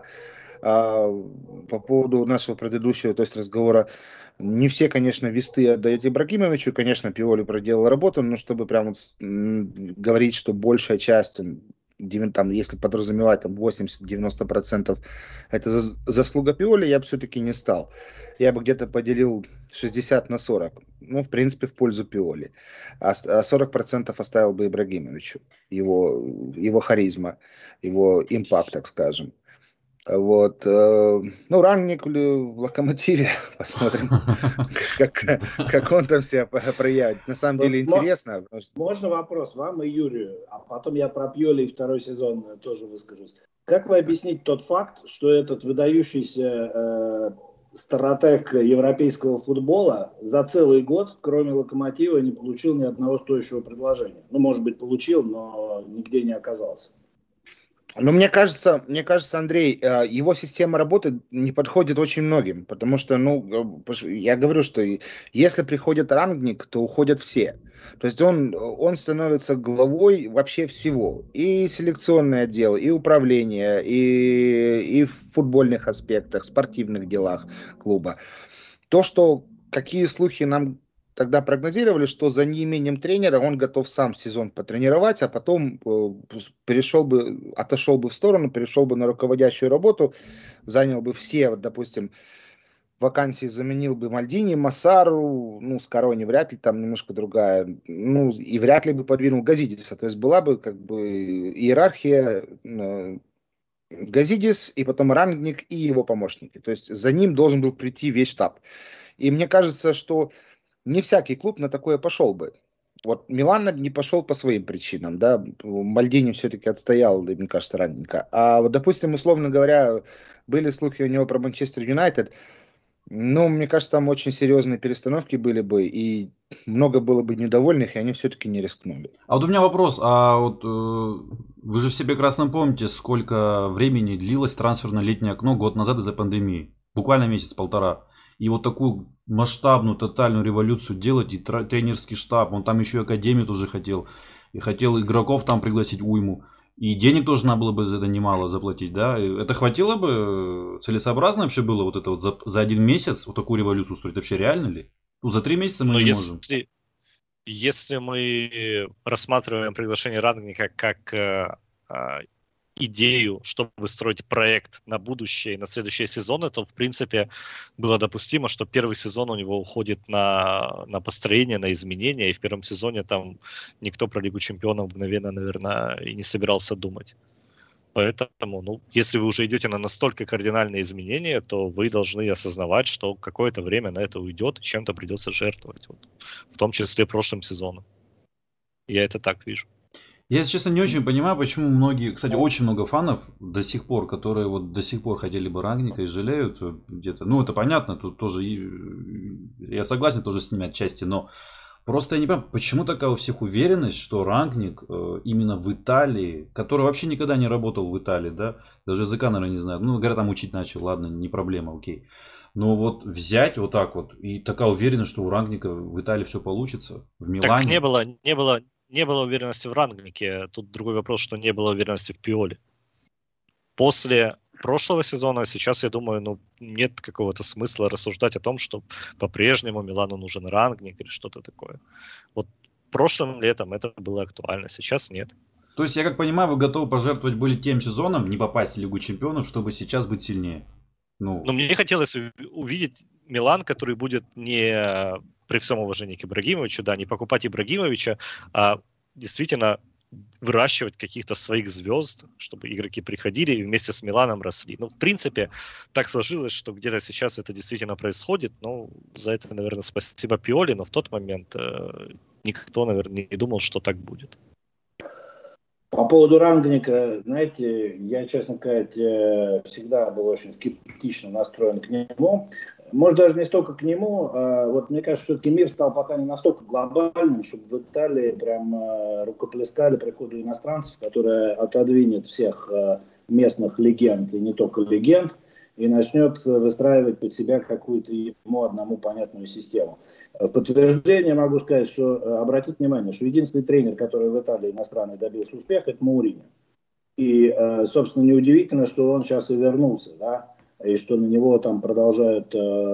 А по поводу нашего предыдущего, то есть разговора, не все, конечно, весты отдают Ибрагимовичу, конечно, Пиоли проделал работу, но чтобы прям вот, м, говорить, что большая часть, там, если подразумевать там восемьдесят-девяносто процентов это заслуга Пиоли, я бы все-таки не стал. Я бы где-то поделил шестьдесят на сорок. Ну, в принципе, в пользу Пиоли. А сорок процентов оставил бы Ибрагимовичу. Его, его харизма, его импакт, так скажем. Вот. Ну, Рангник в Локомотиве. Посмотрим, как, как он там себя проявит. На самом деле интересно. Можно вопрос вам и Юрию, а потом я про Пьоли и второй сезон тоже выскажусь. Как вы объясните тот факт, что этот выдающийся э, стратег европейского футбола за целый год, кроме Локомотива, не получил ни одного стоящего предложения? Ну, может быть, получил, но нигде не оказался. Ну, мне кажется, мне кажется, Андрей, его система работы не подходит очень многим, потому что, ну, я говорю, что если приходит Рангник, то уходят все. То есть он, он становится главой вообще всего. И селекционный отдел, и управление, и, и в футбольных аспектах, спортивных делах клуба. То, что какие слухи нам тогда прогнозировали, что за неимением тренера он готов сам сезон потренировать, а потом перешел бы, отошел бы в сторону, перешел бы на руководящую работу, занял бы все, вот, допустим, вакансии, заменил бы Мальдини, Массару, ну, Скарони вряд ли, там немножко другая, ну, и вряд ли бы подвинул Газидиса. То есть была бы как бы иерархия Газидис, и потом Рангник и его помощники. То есть за ним должен был прийти весь штаб. И мне кажется, что не всякий клуб на такое пошел бы. Вот Милан не пошел по своим причинам, да, Мальдини все-таки отстоял, мне кажется, ранненько. А вот, допустим, условно говоря, были слухи у него про Манчестер Юнайтед, ну, мне кажется, там очень серьезные перестановки были бы, и много было бы недовольных, и они все-таки не рискнули. А вот у меня вопрос, а вот э, вы же все прекрасно помните, сколько времени длилось трансферное летнее окно год назад из-за пандемии? Буквально месяц-полтора. И вот такую масштабную, тотальную революцию делать, и тренерский штаб, он там еще и академию тоже хотел, и хотел игроков там пригласить уйму. И денег тоже надо было бы за это немало заплатить, да? И это хватило бы, целесообразно вообще было вот это вот за, за один месяц вот такую революцию устроить? Вообще реально ли? Ну, за три месяца мы Но не если, можем. если мы рассматриваем приглашение Рангника как э, э, идею, чтобы строить проект на будущее и на следующие сезоны, то, в принципе, было допустимо, что первый сезон у него уходит на, на построение, на изменения, и в первом сезоне там никто про Лигу Чемпионов мгновенно, наверное, и не собирался думать. Поэтому, ну, если вы уже идете на настолько кардинальные изменения, то вы должны осознавать, что какое-то время на это уйдет, и чем-то придется жертвовать, вот, в том числе прошлым сезоном. Я это так вижу. Я, если честно, не очень понимаю, почему многие, кстати, очень много фанов до сих пор, которые вот до сих пор хотели бы Рангника и жалеют где-то. Ну, это понятно, тут тоже, я согласен тоже с ними отчасти, но просто я не понимаю, почему такая у всех уверенность, что Рангник именно в Италии, который вообще никогда не работал в Италии, да, даже языка, наверное, не знает, ну, говорят, там учить начал, ладно, не проблема, окей. Но вот взять вот так вот, и такая уверенность, что у Рангника в Италии все получится, в Милане. Так не было, не было... Не было уверенности в Рангнике. Тут другой вопрос, что не было уверенности в Пиоле. После прошлого сезона сейчас, я думаю, ну, нет какого-то смысла рассуждать о том, что по-прежнему Милану нужен Рангник или что-то такое. Вот прошлым летом это было актуально, сейчас нет. То есть, я как понимаю, вы готовы пожертвовать были тем сезоном, не попасть в Лигу Чемпионов, чтобы сейчас быть сильнее? Ну, Но мне хотелось увидеть Милан, который будет не... при всем уважении к Ибрагимовичу, да, не покупать Ибрагимовича, а действительно выращивать каких-то своих звезд, чтобы игроки приходили и вместе с Миланом росли. Ну, в принципе, так сложилось, что где-то сейчас это действительно происходит. Ну, за это, наверное, спасибо Пиоли, но в тот момент э, никто, наверное, не думал, что так будет. По поводу Рангника, знаете, я, честно сказать, всегда был очень скептично настроен к нему. Может, даже не столько к нему. А вот мне кажется, все-таки мир стал пока не настолько глобальным, чтобы в Италии прям рукоплескали приходу иностранцев, которые отодвинет всех местных легенд, и не только легенд, и начнет выстраивать под себя какую-то ему одному понятную систему. В подтверждение могу сказать, что, обратите внимание, что единственный тренер, который в Италии иностранный добился успеха, это Мауриньо. И, собственно, неудивительно, что он сейчас и вернулся, да, и что на него там продолжают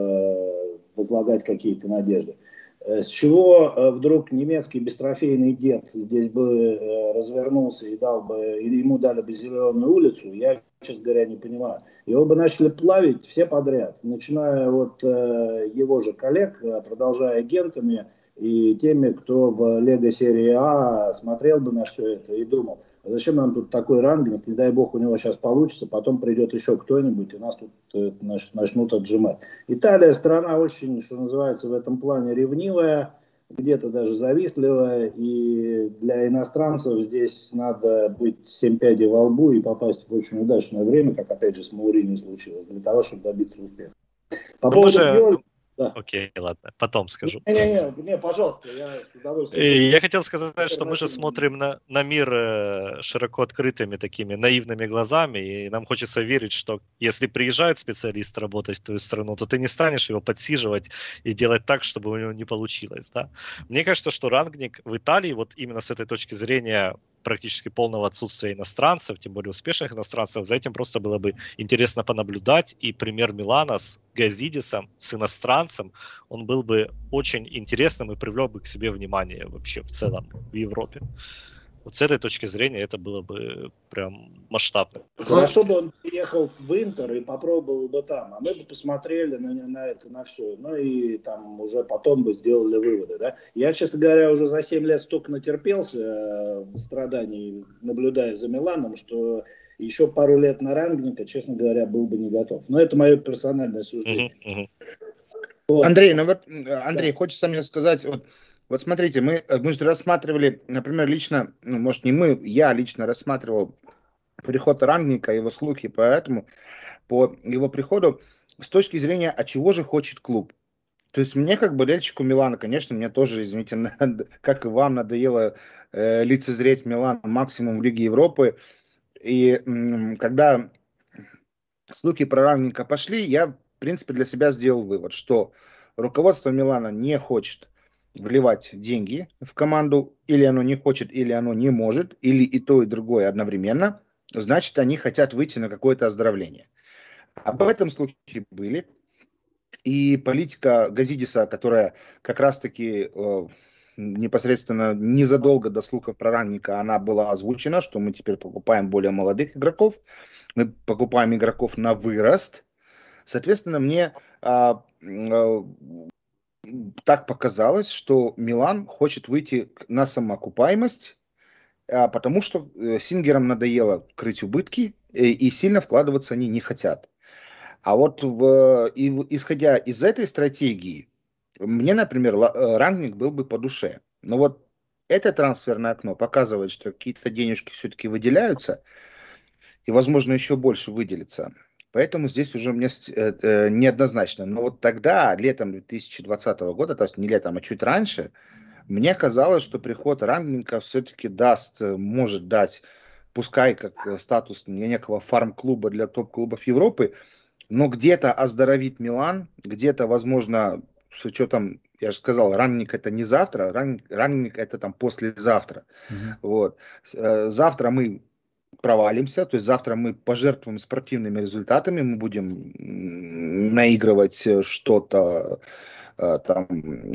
возлагать какие-то надежды. С чего вдруг немецкий бестрофейный дед здесь бы развернулся и дал бы, или ему дали бы зеленую улицу, я, честно говоря, не понимаю. Его бы начали плавить все подряд, начиная от его же коллег, продолжая агентами и теми, кто в Лего серии А смотрел бы на все это и думал, а зачем нам тут такой Рангник, не дай бог у него сейчас получится, потом придет еще кто-нибудь и нас тут начнут отжимать. Италия страна очень, что называется, в этом плане ревнивая, где-то даже завистливая, и для иностранцев здесь надо быть семь пядей во лбу и попасть в очень удачное время, как опять же с Мауриньо случилось, для того, чтобы добиться успеха. По ну, поводу же... Пиоли, да. Окей, ладно, потом скажу. Не-не-не, не, пожалуйста, я с удовольствием. Я хотел сказать, что мы же смотрим на, на мир широко открытыми такими наивными глазами, и нам хочется верить, что если приезжает специалист работать в твою страну, то ты не станешь его подсиживать и делать так, чтобы у него не получилось. Да? Мне кажется, что Рангник в Италии, вот именно с этой точки зрения практически полного отсутствия иностранцев, тем более успешных иностранцев, за этим просто было бы интересно понаблюдать. И пример Милана с Газидисом, с иностранцем, он был бы очень интересным и привлек бы к себе внимание вообще в целом в Европе. Вот с этой точки зрения это было бы прям масштабно. Хорошо бы он приехал в Интер и попробовал бы там, а мы бы посмотрели на, на это, на все, ну и там уже потом бы сделали выводы. Да? Я, честно говоря, уже за семь лет столько натерпелся э, страданий, наблюдая за Миланом, что еще пару лет на Рангника, честно говоря, был бы не готов. Но это мое персональное суждение. Uh-huh, uh-huh. Вот. Андрей, ну вот, Андрей, да. Хочется мне сказать, вот, вот смотрите, мы, мы же рассматривали, например, лично, ну, может, не мы, я лично рассматривал приход Рангника, его слухи, поэтому по его приходу с точки зрения, а чего же хочет клуб. То есть мне, как болельщику Милана, конечно, мне тоже, извините, надо, как и вам, надоело э, лицезреть Милан максимум в Лиге Европы. И м, когда слухи про Рангника пошли, я, в принципе, для себя сделал вывод, что руководство Милана не хочет вливать деньги в команду, или оно не хочет, или оно не может, или и то, и другое одновременно, значит, они хотят выйти на какое-то оздоровление. Об этом случае были. И политика Газидиса, которая как раз-таки э, непосредственно незадолго до слухов про Рангника, она была озвучена, что мы теперь покупаем более молодых игроков, мы покупаем игроков на вырост. Соответственно, мне э, э, так показалось, что Милан хочет выйти на самоокупаемость, э, потому что э, Сингерам надоело крыть убытки, э, и сильно вкладываться они не хотят. А вот в, и, исходя из этой стратегии, мне, например, Рангник был бы по душе. Но вот это трансферное окно показывает, что какие-то денежки все-таки выделяются, и, возможно, еще больше выделится. Поэтому здесь уже мне э, неоднозначно. Но вот тогда, летом две тысячи двадцатого года, то есть не летом, а чуть раньше, мне казалось, что приход Рангника все-таки даст, может дать, пускай как статус некого фарм-клуба для топ-клубов Европы, но где-то оздоровит Милан, где-то, возможно, с учетом, я же сказал, Рангник это не завтра, Рангник, Рангник это там послезавтра. Mm-hmm. Вот. Завтра мы провалимся, то есть завтра мы пожертвуем спортивными результатами, мы будем наигрывать что-то, там,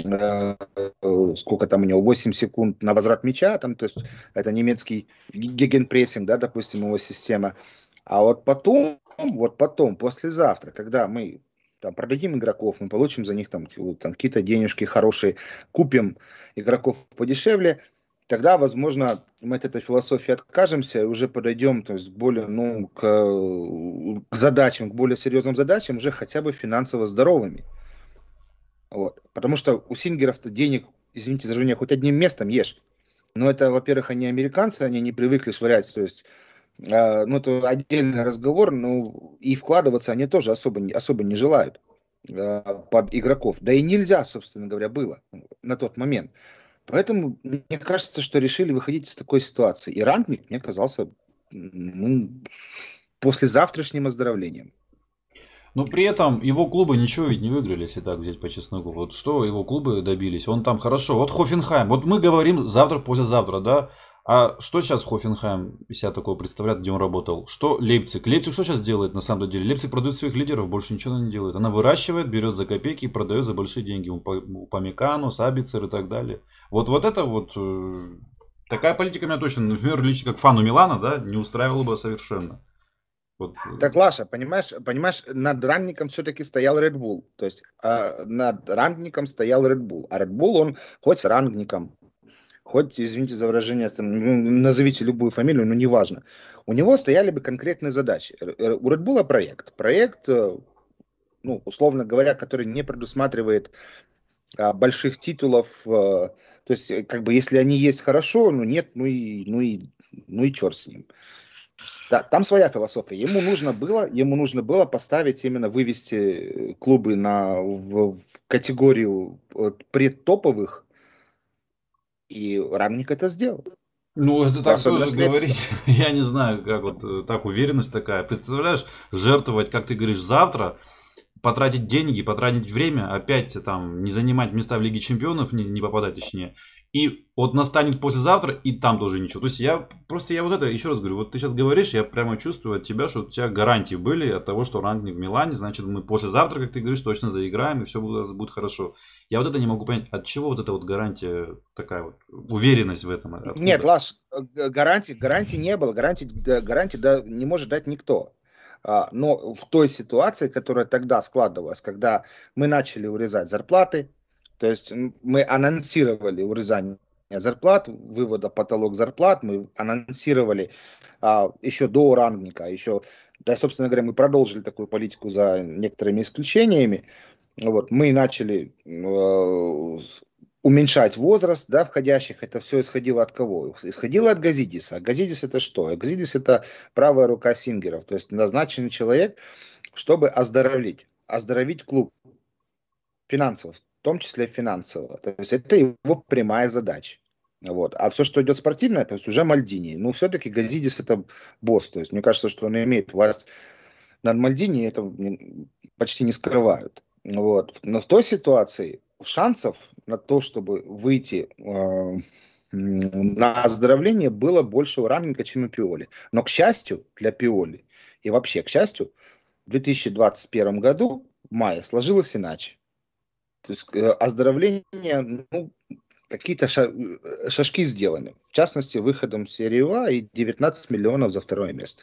сколько там у него, восемь секунд на возврат мяча, там, то есть это немецкий гегенпрессинг, да, допустим, его система. А вот потом, вот потом, послезавтра, когда мы там продадим игроков, мы получим за них там, там какие-то денежки хорошие, купим игроков подешевле, тогда, возможно, мы от этой философии откажемся и уже подойдем, то есть, более, ну, к, к задачам, к более серьезным задачам, уже хотя бы финансово здоровыми. Вот. Потому что у Сингеров-то денег, извините за выражение, хоть одним местом ешь. Но это, во-первых, они американцы, они не привыкли швырять, то есть, э, ну, это отдельный разговор, ну, и вкладываться они тоже особо, особо не желают э, под игроков. Да и нельзя, собственно говоря, было на тот момент. Поэтому мне кажется, что решили выходить из такой ситуации. И Рангник мне казался, ну, послезавтрашним оздоровлением. Но при этом его клубы ничего ведь не выиграли, если так взять по чесноку. Вот что его клубы добились? Он там хорошо. Вот Хофенхайм. Вот мы говорим завтра, послезавтра, да? А что сейчас Хофенхайм из себя такого представляет, где он работал? Что Лейпциг? Лейпциг что сейчас делает на самом деле? Лейпциг продает своих лидеров, больше ничего не делает. Она выращивает, берет за копейки и продает за большие деньги. Упамекану, Сабицер и так далее. Вот, вот это вот... Такая политика меня точно, например, лично как фану Милана, да, не устраивала бы совершенно. Вот. Так, Лаша, понимаешь, понимаешь, над Рангником все-таки стоял Red Bull. То есть э, над Рангником стоял Red Bull. А Red Bull, он хоть с Рангником, хоть, извините за выражение, там, назовите любую фамилию, но неважно. У него стояли бы конкретные задачи. У Red Bull проект. Проект, ну, условно говоря, который не предусматривает а, больших титулов. А, то есть, как бы, если они есть, хорошо, но нет, ну и, ну и, ну и черт с ним. Да, там своя философия. Ему нужно было, ему нужно было поставить именно, вывести клубы на, в, в категорию предтоповых, и Рангник это сделал. Ну, это так тоже говорить, я не знаю, как вот так уверенность такая. Представляешь, жертвовать, как ты говоришь, завтра, потратить деньги, потратить время, опять там не занимать места в Лиге Чемпионов, не, не попадать точнее. И вот настанет послезавтра, и там тоже ничего. То есть я просто, я вот это, еще раз говорю, вот ты сейчас говоришь, я прямо чувствую от тебя, что у тебя гарантии были от того, что Рангник в Милане, значит мы послезавтра, как ты говоришь, точно заиграем, и все будет, будет хорошо. Я вот это не могу понять, от чего вот эта вот гарантия, такая вот уверенность в этом? Откуда? Нет, Лаш, гарантий, гарантий не было, гарантий, гарантий да, не может дать никто. Но в той ситуации, которая тогда складывалась, когда мы начали урезать зарплаты, то есть мы анонсировали урезание зарплат, вывода потолок зарплат, мы анонсировали а, еще до Рангника, еще, да, собственно говоря, мы продолжили такую политику за некоторыми исключениями. Вот, мы начали э, уменьшать возраст, да, входящих. Это все исходило от кого? Исходило от Газидиса. А Газидис это что? Газидис это правая рука Сингеров, то есть назначенный человек, чтобы оздоровить, оздоровить клуб финансово, в том числе финансово. То есть это его прямая задача. Вот. А все, что идет спортивное, то есть уже Мальдини. Ну, все-таки Газидис это босс. То есть мне кажется, что он имеет власть над Мальдини, это почти не скрывают. Вот. Но в той ситуации шансов на то, чтобы выйти э, на оздоровление, было больше у Рангника, чем у Пиоли. Но, к счастью, для Пиоли и вообще, к счастью, в две тысячи двадцать первом году, в мае, сложилось иначе. То есть э, оздоровление, ну, какие-то ша- шажки сделаны. В частности, выходом в серию А и девятнадцать миллионов за второе место.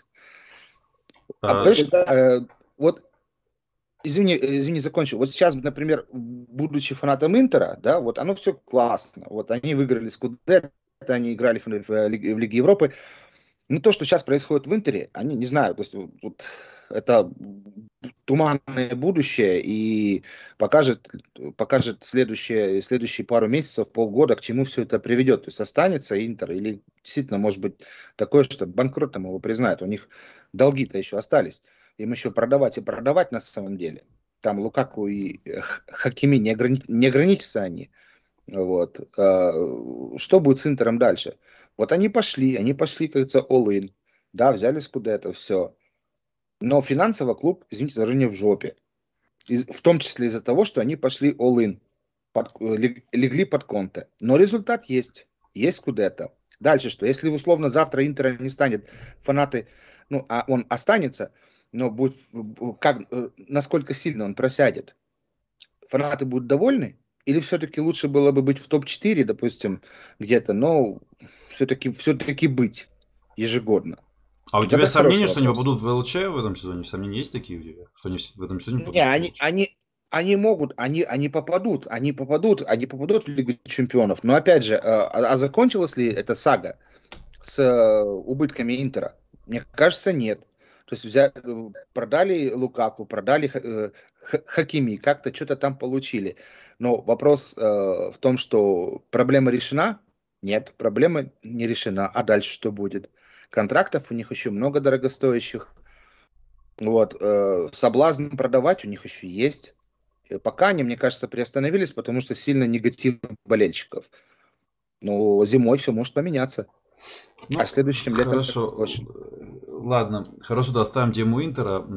А, А, понимаешь, э, вот, извини, извини, закончу. Вот сейчас, например, будучи фанатом Интера, да, вот оно все классно. Вот они выиграли Скудетто, они играли в, в, Лиге в Лиге Европы. Но то, что сейчас происходит в Интере, они не знают. То есть, вот, это туманное будущее и покажет, покажет следующие, следующие пару месяцев, полгода, к чему все это приведет. То есть останется Интер или действительно может быть такое, что банкротом его признают. У них долги-то еще остались. Им еще продавать и продавать на самом деле. Там Лукаку и Хакими не, ограни... не ограничатся они. Вот. Что будет с Интером дальше? Вот они пошли, они пошли, как говорится, all-in. Да, взяли Скудетто, все. Но финансово клуб, извините за выражение, в жопе. Из, в том числе из-за того, что они пошли all-in. Под, легли под Конте. Но результат есть. Есть Скудетто. Дальше что? Если условно завтра Интера не станет, фанаты, ну, а он останется, но будет, как, насколько сильно он просядет, фанаты будут довольны? Или все-таки лучше было бы быть в топ четыре, допустим, где-то, но все-таки, все-таки быть ежегодно? а у Вот тебя это сомнения, хороший что они вопрос. попадут в ЛЧ в этом сезоне? Сомнения есть такие у тебя? Что они в этом сезоне попадут Не, в они, ЛЧ? они, они могут, они, они попадут, они попадут, они попадут в Лигу Чемпионов. Но опять же, а, а закончилась ли эта сага с э, убытками Интера? Мне кажется, нет. То есть взя... продали Лукаку, продали э, Хакими, как-то что-то там получили. Но вопрос э, в том, что проблема решена? Нет, проблема не решена. А дальше что будет? Контрактов у них еще много дорогостоящих. Вот, э, соблазн продавать у них еще есть. Э, Пока они, мне кажется, приостановились, потому что сильно негативных болельщиков. Но зимой все может поменяться. Ну, А следующим летом так хорошо. точно. Ладно, хорошо, да, оставим тему Интера.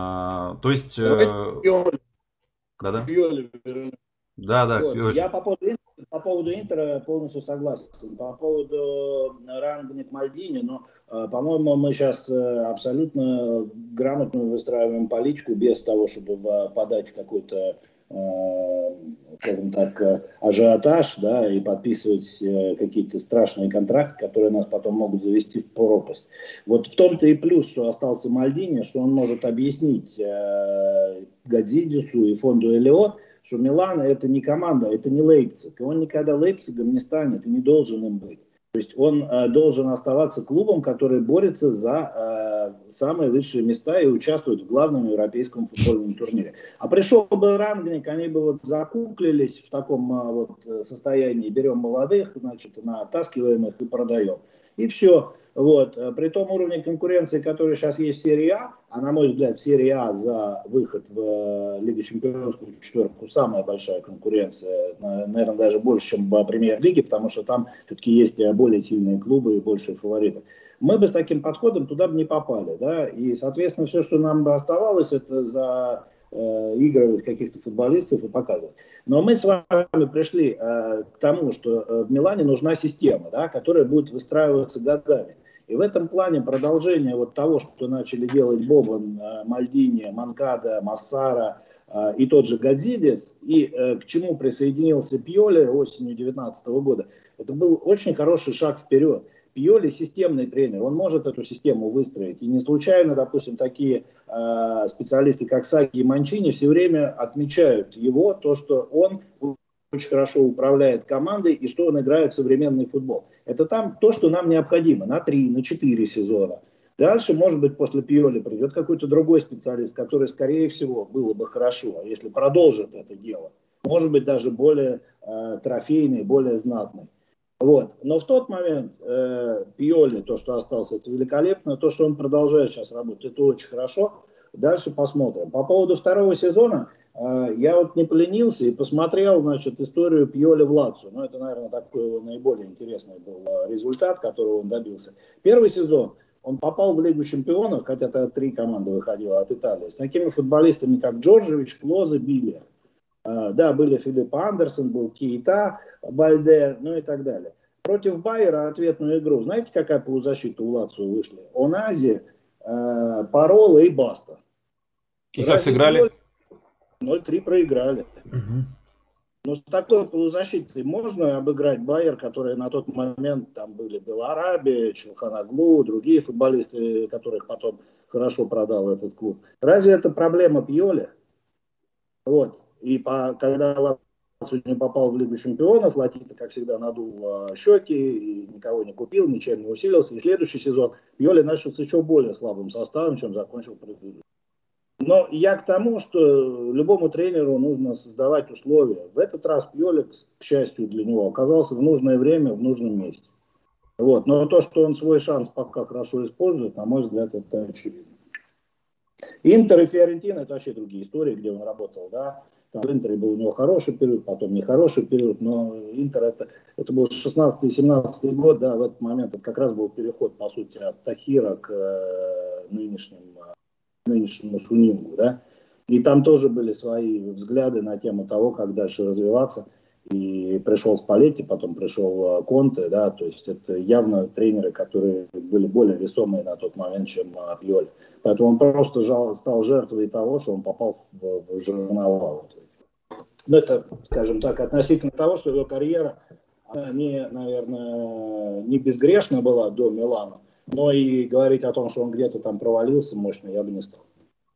А, то есть... Давайте э, Пиоли, Да-да? Пиоли вернем. Да-да, Вот. Пиоли. Я по поводу, Интера- по поводу Интера полностью согласен. По поводу Рангник Мальдини, но, э, по-моему, мы сейчас э, абсолютно грамотно выстраиваем политику без того, чтобы в- подать какой-то, э, скажем так, э, ажиотаж, да, и подписывать э, какие-то страшные контракты, которые нас потом могут завести в пропасть. Вот в том-то и плюс, что остался Мальдини, что он может объяснить э, Гадзидису и фонду Элиот, что Милан это не команда, это не Лейпциг. И он никогда Лейпцигом не станет и не должен им быть. То есть он э, должен оставаться клубом, который борется за э, самые высшие места и участвует в главном европейском футбольном турнире. А пришел бы Рангник, они бы вот закуклились в таком э, вот состоянии, берем молодых, значит, натаскиваем их и продаем. И все. Вот. При том уровне конкуренции, который сейчас есть в серии А, а на мой взгляд в серии А за выход в Лигу Чемпионскую четверку самая большая конкуренция, наверное, даже больше, чем в Премьер-лиге, потому что там все-таки есть более сильные клубы и большие фавориты. Мы бы с таким подходом туда бы не попали, да, и, соответственно, все, что нам бы оставалось, это за игрывать каких-то футболистов и показывать. Но мы с вами пришли э, к тому, что э, в Милане нужна система, да, которая будет выстраиваться годами. И в этом плане продолжение вот того, что начали делать Бобан, э, Мальдини, Манкада, Массара э, и тот же Гадзидис, и э, к чему присоединился Пьоли осенью две тысячи девятнадцатого года, это был очень хороший шаг вперед. Пьоли системный тренер, он может эту систему выстроить. И не случайно, допустим, такие э, специалисты, как Саки и Манчини, все время отмечают его, то, что он очень хорошо управляет командой и что он играет в современный футбол. Это там то, что нам необходимо на три, на четыре сезона. Дальше, может быть, после Пьоли придет какой-то другой специалист, который, скорее всего, было бы хорошо, если продолжит это дело. Может быть, даже более э, трофейный, более знатный. Вот. Но в тот момент э, Пьоли, то, что остался, это великолепно. То, что он продолжает сейчас работать, это очень хорошо. Дальше посмотрим. По поводу второго сезона, э, я вот не поленился и посмотрел, значит, историю Пьоли в Лацио. Ну, это, наверное, такой его наиболее интересный был результат, которого он добился. Первый сезон он попал в Лигу Чемпионов, хотя тогда три команды выходило от Италии, с такими футболистами, как Джорджевич, Клозе, Биллер. Да, были Филипп Андерсон, был Кейта, Бальде, ну и так далее. Против Байера ответную игру. Знаете, какая полузащита у Лацио вышли? Онази, Парола и Баста. И как сыграли? ноль три проиграли. Угу. Но с такой полузащитой можно обыграть Байер, которые на тот момент там были Белараби, Челханоглу, другие футболисты, которых потом хорошо продал этот клуб. Разве это проблема Пьоли? Вот. И по, когда Лацио не попал в Лигу чемпионов, Латита, как всегда, надул щеки, и никого не купил, ничем не усилился. И следующий сезон Пьоли начал с еще более слабым составом, чем закончил предыдущий. Но я к тому, что любому тренеру нужно создавать условия. В этот раз Пьоли, к счастью для него, оказался в нужное время, в нужном месте. Вот. Но то, что он свой шанс пока хорошо использует, на мой взгляд, это очевидно. Интер и Фиорентина — это вообще другие истории, где он работал. Да? Там в Интере был у него хороший период, потом нехороший период, но Интер это, это был шестнадцатый-семнадцатый год, да, в этот момент это как раз был переход, по сути, от Тахира к э, нынешним нынешнему Сунингу, да, и там тоже были свои взгляды на тему того, как дальше развиваться, и пришел Спалетти, потом пришел Конте, да, то есть это явно тренеры, которые были более весомые на тот момент, чем Пьоли, поэтому он просто жал, стал жертвой того, что он попал в, в жерновал. Ну, это, скажем так, относительно того, что его карьера, она не, наверное, не безгрешна была до Милана, но и говорить о том, что он где-то там провалился мощно, я бы не стал.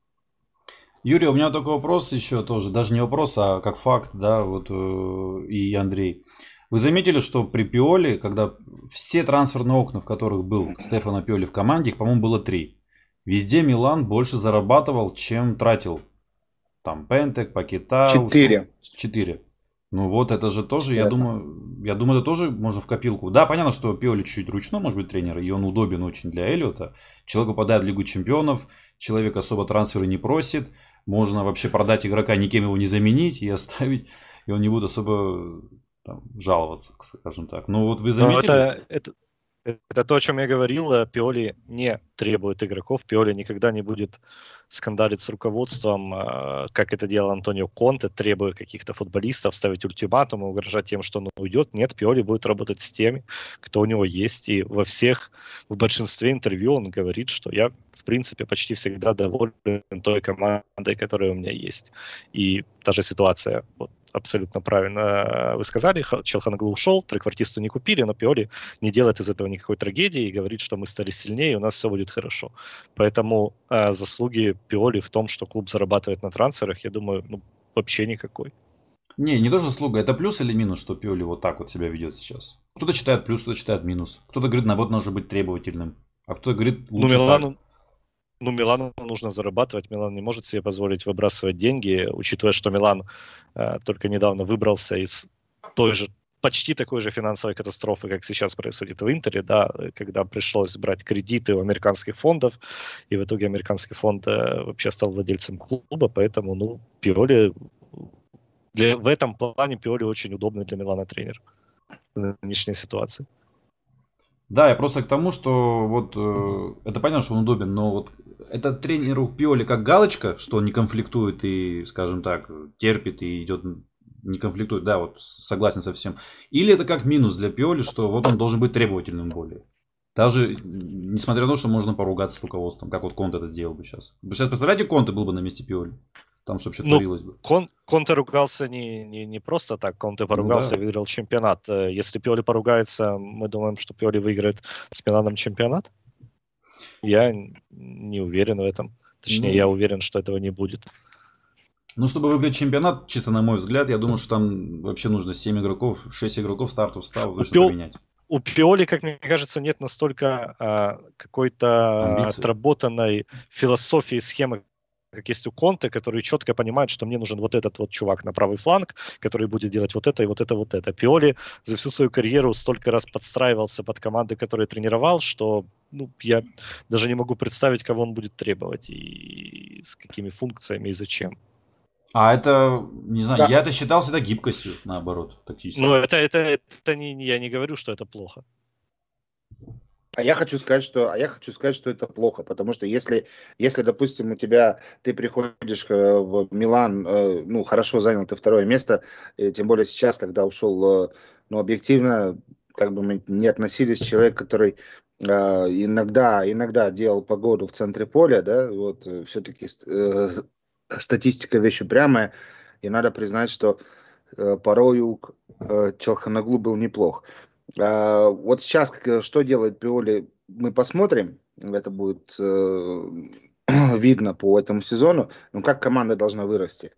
Юрий, у меня такой вопрос еще тоже, даже не вопрос, а как факт, да, вот э, и Андрей. Вы заметили, что при Пиоли, когда все трансферные окна, в которых был Стефано Пиоли в команде, их, по-моему, было три. Везде Милан больше зарабатывал, чем тратил. Там Пентек, Пакета. Четыре. Четыре. Ну вот, это же тоже, я думаю, я думаю, это тоже можно в копилку. Да, понятно, что Пиоли чуть-чуть ручной, может быть, тренер, и он удобен очень для Эллиота. Человек попадает в Лигу чемпионов, человек особо трансферы не просит, можно вообще продать игрока, никем его не заменить и оставить, и он не будет особо там жаловаться, скажем так. Ну вот вы заметили? Это, это, это то, о чем я говорил. Пиоли не требует игроков, Пиоли никогда не будет скандалить с руководством, как это делал Антонио Конте, требуя каких-то футболистов, ставить ультиматум и угрожать тем, что он уйдет. Нет, Пиоли будет работать с теми, кто у него есть. И во всех, в большинстве интервью он говорит, что я, в принципе, почти всегда доволен той командой, которая у меня есть. И та же ситуация, вот, абсолютно правильно вы сказали, Челханоглу ушел, треквартисту не купили, но Пиоли не делает из этого никакой трагедии и говорит, что мы стали сильнее, и у нас все будет хорошо. Поэтому э, заслуги Пиоли в том, что клуб зарабатывает на трансферах, я думаю, ну, вообще никакой. Не, не тоже заслуга. Это плюс или минус, что Пиоли вот так вот себя ведет сейчас? Кто-то считает плюс, кто-то считает минус. Кто-то говорит, наоборот, нужно быть требовательным. А кто-то говорит, лучше ну, Милану, так. Ну, Милану нужно зарабатывать. Милан не может себе позволить выбрасывать деньги, учитывая, что Милан э, только недавно выбрался из той же, почти такой же финансовой катастрофы, как сейчас происходит в Интере, да, когда пришлось брать кредиты у американских фондов, и в итоге американский фонд э, вообще стал владельцем клуба, поэтому, ну, Пиоли, для, в этом плане Пиоли очень удобный для Милана тренер в нынешней ситуации. Да, я просто к тому, что вот э, это понятно, что он удобен, но вот это тренеру Пиоли как галочка, что он не конфликтует и, скажем так, терпит и идет, не конфликтует, да, вот согласен со всем. Или это как минус для Пиоли, что вот он должен быть требовательным более. Даже несмотря на то, что можно поругаться с руководством, как вот Конте это делал бы сейчас. Вы сейчас представляете, Конте был бы на месте Пиоли? Там что вообще ну, творилось бы? Кон, Конте ругался не, не, не просто так, Конте поругался, ну, да. Выиграл чемпионат. Если Пиоли поругается, мы думаем, что Пиоли выиграет с Миланом чемпионат? Я не уверен в этом. Точнее, ну, я уверен, что этого не будет. Ну, чтобы выиграть чемпионат, чисто на мой взгляд, я думаю, что там вообще нужно семь игроков, шесть игроков стартов став, точно Пиол... поменять. У Пиоли, как мне кажется, нет настолько а, какой-то Амбиции. Отработанной философии, схемы, как есть у Конте, который четко понимает, что мне нужен вот этот вот чувак на правый фланг, который будет делать вот это и вот это, вот это. Пиоли за всю свою карьеру столько раз подстраивался под команды, которые тренировал, что ну, я даже не могу представить, кого он будет требовать и, и с какими функциями и зачем. А это, не знаю, да. Я это считал всегда гибкостью, наоборот, тактически. Ну, это, это, это не, я не говорю, что это плохо. А я хочу сказать, что, а я хочу сказать, что это плохо, потому что если, если, допустим, у тебя ты приходишь э, в Милан, э, ну хорошо занял ты второе место, и тем более сейчас, когда ушел, э, ну объективно, как бы мы не относились к человеку, который э, иногда, иногда делал погоду в центре поля, да, вот э, все-таки э, статистика вещь упрямая, и надо признать, что э, порою э, Çalhanoğlu был неплох. А, вот сейчас как, что делает Пиоли, мы посмотрим. Это будет э, видно по этому сезону. Но как команда должна вырасти.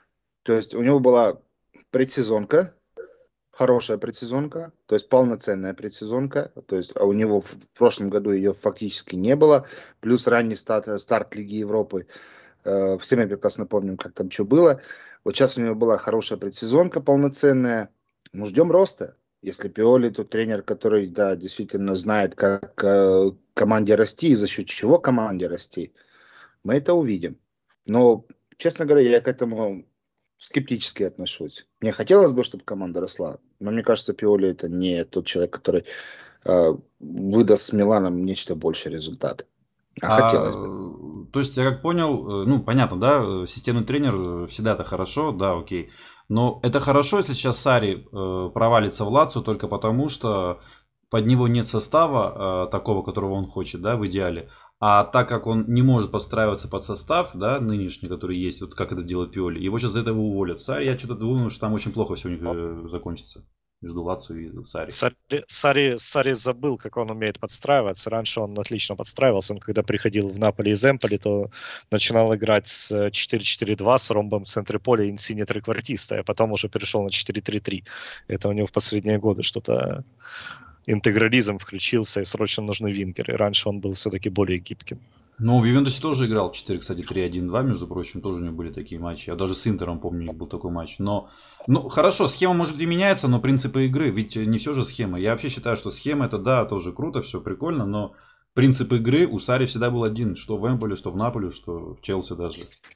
То есть у него была предсезонка, хорошая предсезонка, то есть полноценная предсезонка. То есть, а у него в прошлом году ее фактически не было. Плюс ранний старт, старт Лиги Европы. Э, все мы прекрасно помним, как там что было. Вот сейчас у него была хорошая предсезонка полноценная. Мы ждем роста. Если Пиоли, то тренер, который, да, действительно знает, как э, команде расти и за счет чего команде расти, мы это увидим. Но, честно говоря, я к этому скептически отношусь. Мне хотелось бы, чтобы команда росла, но мне кажется, Пиоли это не тот человек, который э, выдаст с Миланом нечто большее результат. А А, хотелось бы. э, то есть, я как понял, э, ну, понятно, да, э, системный тренер э, всегда это хорошо, да, окей. Но это хорошо, если сейчас Сарри э, провалится в Лацио только потому, что под него нет состава э, такого, которого он хочет, да, в идеале. А так как он не может подстраиваться под состав, да, нынешний, который есть, вот как это делает Пиоли, его сейчас за этого уволят. Сарри, я что-то думаю, что там очень плохо все у них э, закончится между Лацио и Сарри. Сари, Сари, Сари забыл, как он умеет подстраиваться. Раньше он отлично подстраивался. Он когда приходил в Наполи из Эмполи, то начинал играть с четыре четыре два с ромбом в центре поля инсине триквартиста, а потом уже перешел на четыре три три. Это у него в последние годы что-то интегрализм включился, и срочно нужны вингеры. Раньше он был все-таки более гибким. Ну, в Ювентусе тоже играл четыре, кстати, три один два, между прочим, тоже у него были такие матчи. Я даже с Интером помню, у них был такой матч. Но, ну, хорошо, схема может и меняется, но принципы игры, ведь не все же схема. Я вообще считаю, что схема это, да, тоже круто, все прикольно, но принцип игры у Сарри всегда был один, что в Эмполи, что в Наполе, что в Челси даже.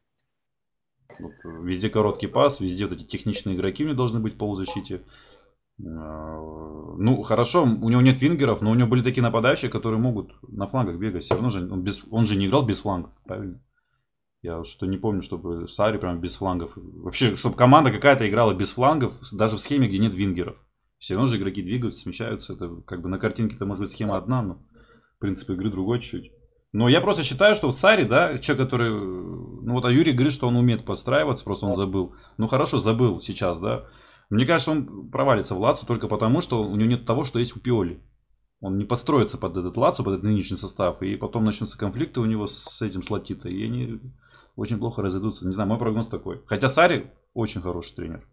Вот, везде короткий пас, везде вот эти техничные игроки у него должны быть в полузащите. Ну, хорошо, у него нет вингеров, но у него были такие нападающие, которые могут на флангах бегать. Все равно же он, без, он же не играл без флангов, правильно? Я вот что не помню, чтобы Сарри прям без флангов. Вообще, чтобы команда какая-то играла без флангов, даже в схеме, где нет вингеров. Все равно же игроки двигаются, смещаются. Это как бы на картинке-то может быть схема одна, но принцип игры другой чуть-чуть. Но я просто считаю, что вот Сарри, да, человек, который... Ну вот, а Юрий говорит, что он умеет подстраиваться, просто он забыл. Ну хорошо, забыл сейчас, да. Мне кажется, он провалится в Лацио только потому, что у него нет того, что есть у Пиоли. Он не подстроится под этот Лацио, под этот нынешний состав, и потом начнутся конфликты у него с этим Слатито, и они очень плохо разойдутся. Не знаю, мой прогноз такой. Хотя Сарри очень хороший тренер.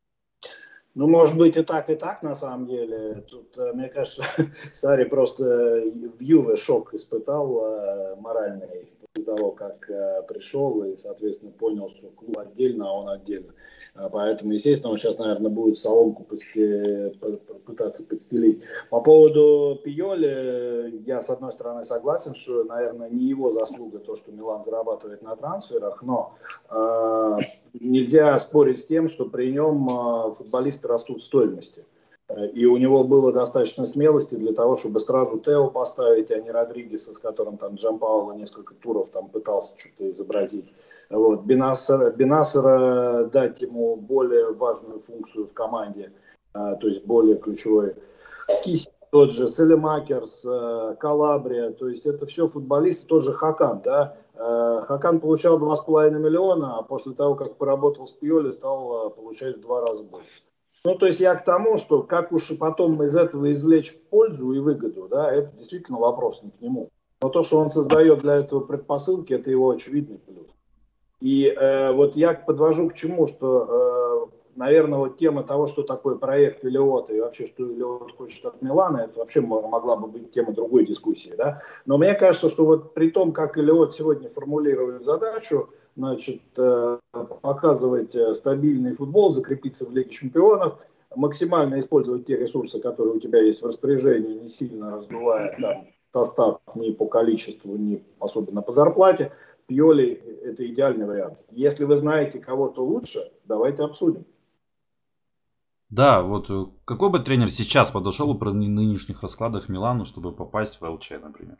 Ну, может быть, и так, и так, на самом деле. Тут, мне кажется, Сарри просто в Юве шок испытал моральный после того, как пришел и, соответственно, понял, что клуб отдельно, а он отдельно. Поэтому, естественно, он сейчас, наверное, будет соломку подсте... пытаться подстелить. По поводу Пиоли, я, с одной стороны, согласен, что, наверное, не его заслуга то, что Милан зарабатывает на трансферах, но э, нельзя спорить с тем, что при нем э, футболисты растут в стоимости. И у него было достаточно смелости для того, чтобы сразу Тео поставить, а не Родригеса, с которым там Джампаоло несколько туров там пытался что-то изобразить. Вот. Бенасера, Бенасера дать ему более важную функцию в команде, а, то есть более ключевой. Киси тот же, Селемакерс, а, Калабрия, то есть это все футболисты, тот же Хакан, да. А, Хакан получал два с половиной миллиона, а после того, как поработал с Пиоли, стал а, получать в два раза больше. Ну, то есть я к тому, что как уж и потом из этого извлечь пользу и выгоду, да, это действительно вопрос не к нему. Но то, что он создает для этого предпосылки, это его очевидный плюс. И э, вот я подвожу к чему, что, э, наверное, вот тема того, что такое проект Элиота и вообще, что Элиот хочет от Милана, это вообще могла бы быть тема другой дискуссии, да. Но мне кажется, что вот при том, как Элиот сегодня формулирует задачу, значит, э, показывать стабильный футбол, закрепиться в Лиге Чемпионов, максимально использовать те ресурсы, которые у тебя есть в распоряжении, не сильно раздувая там состав ни по количеству, ни особенно по зарплате, Пиоли – это идеальный вариант. Если вы знаете кого-то лучше, давайте обсудим. Да, вот э, какой бы тренер сейчас подошел бы при нынешних раскладах Милану, чтобы попасть в ЛЧ, например?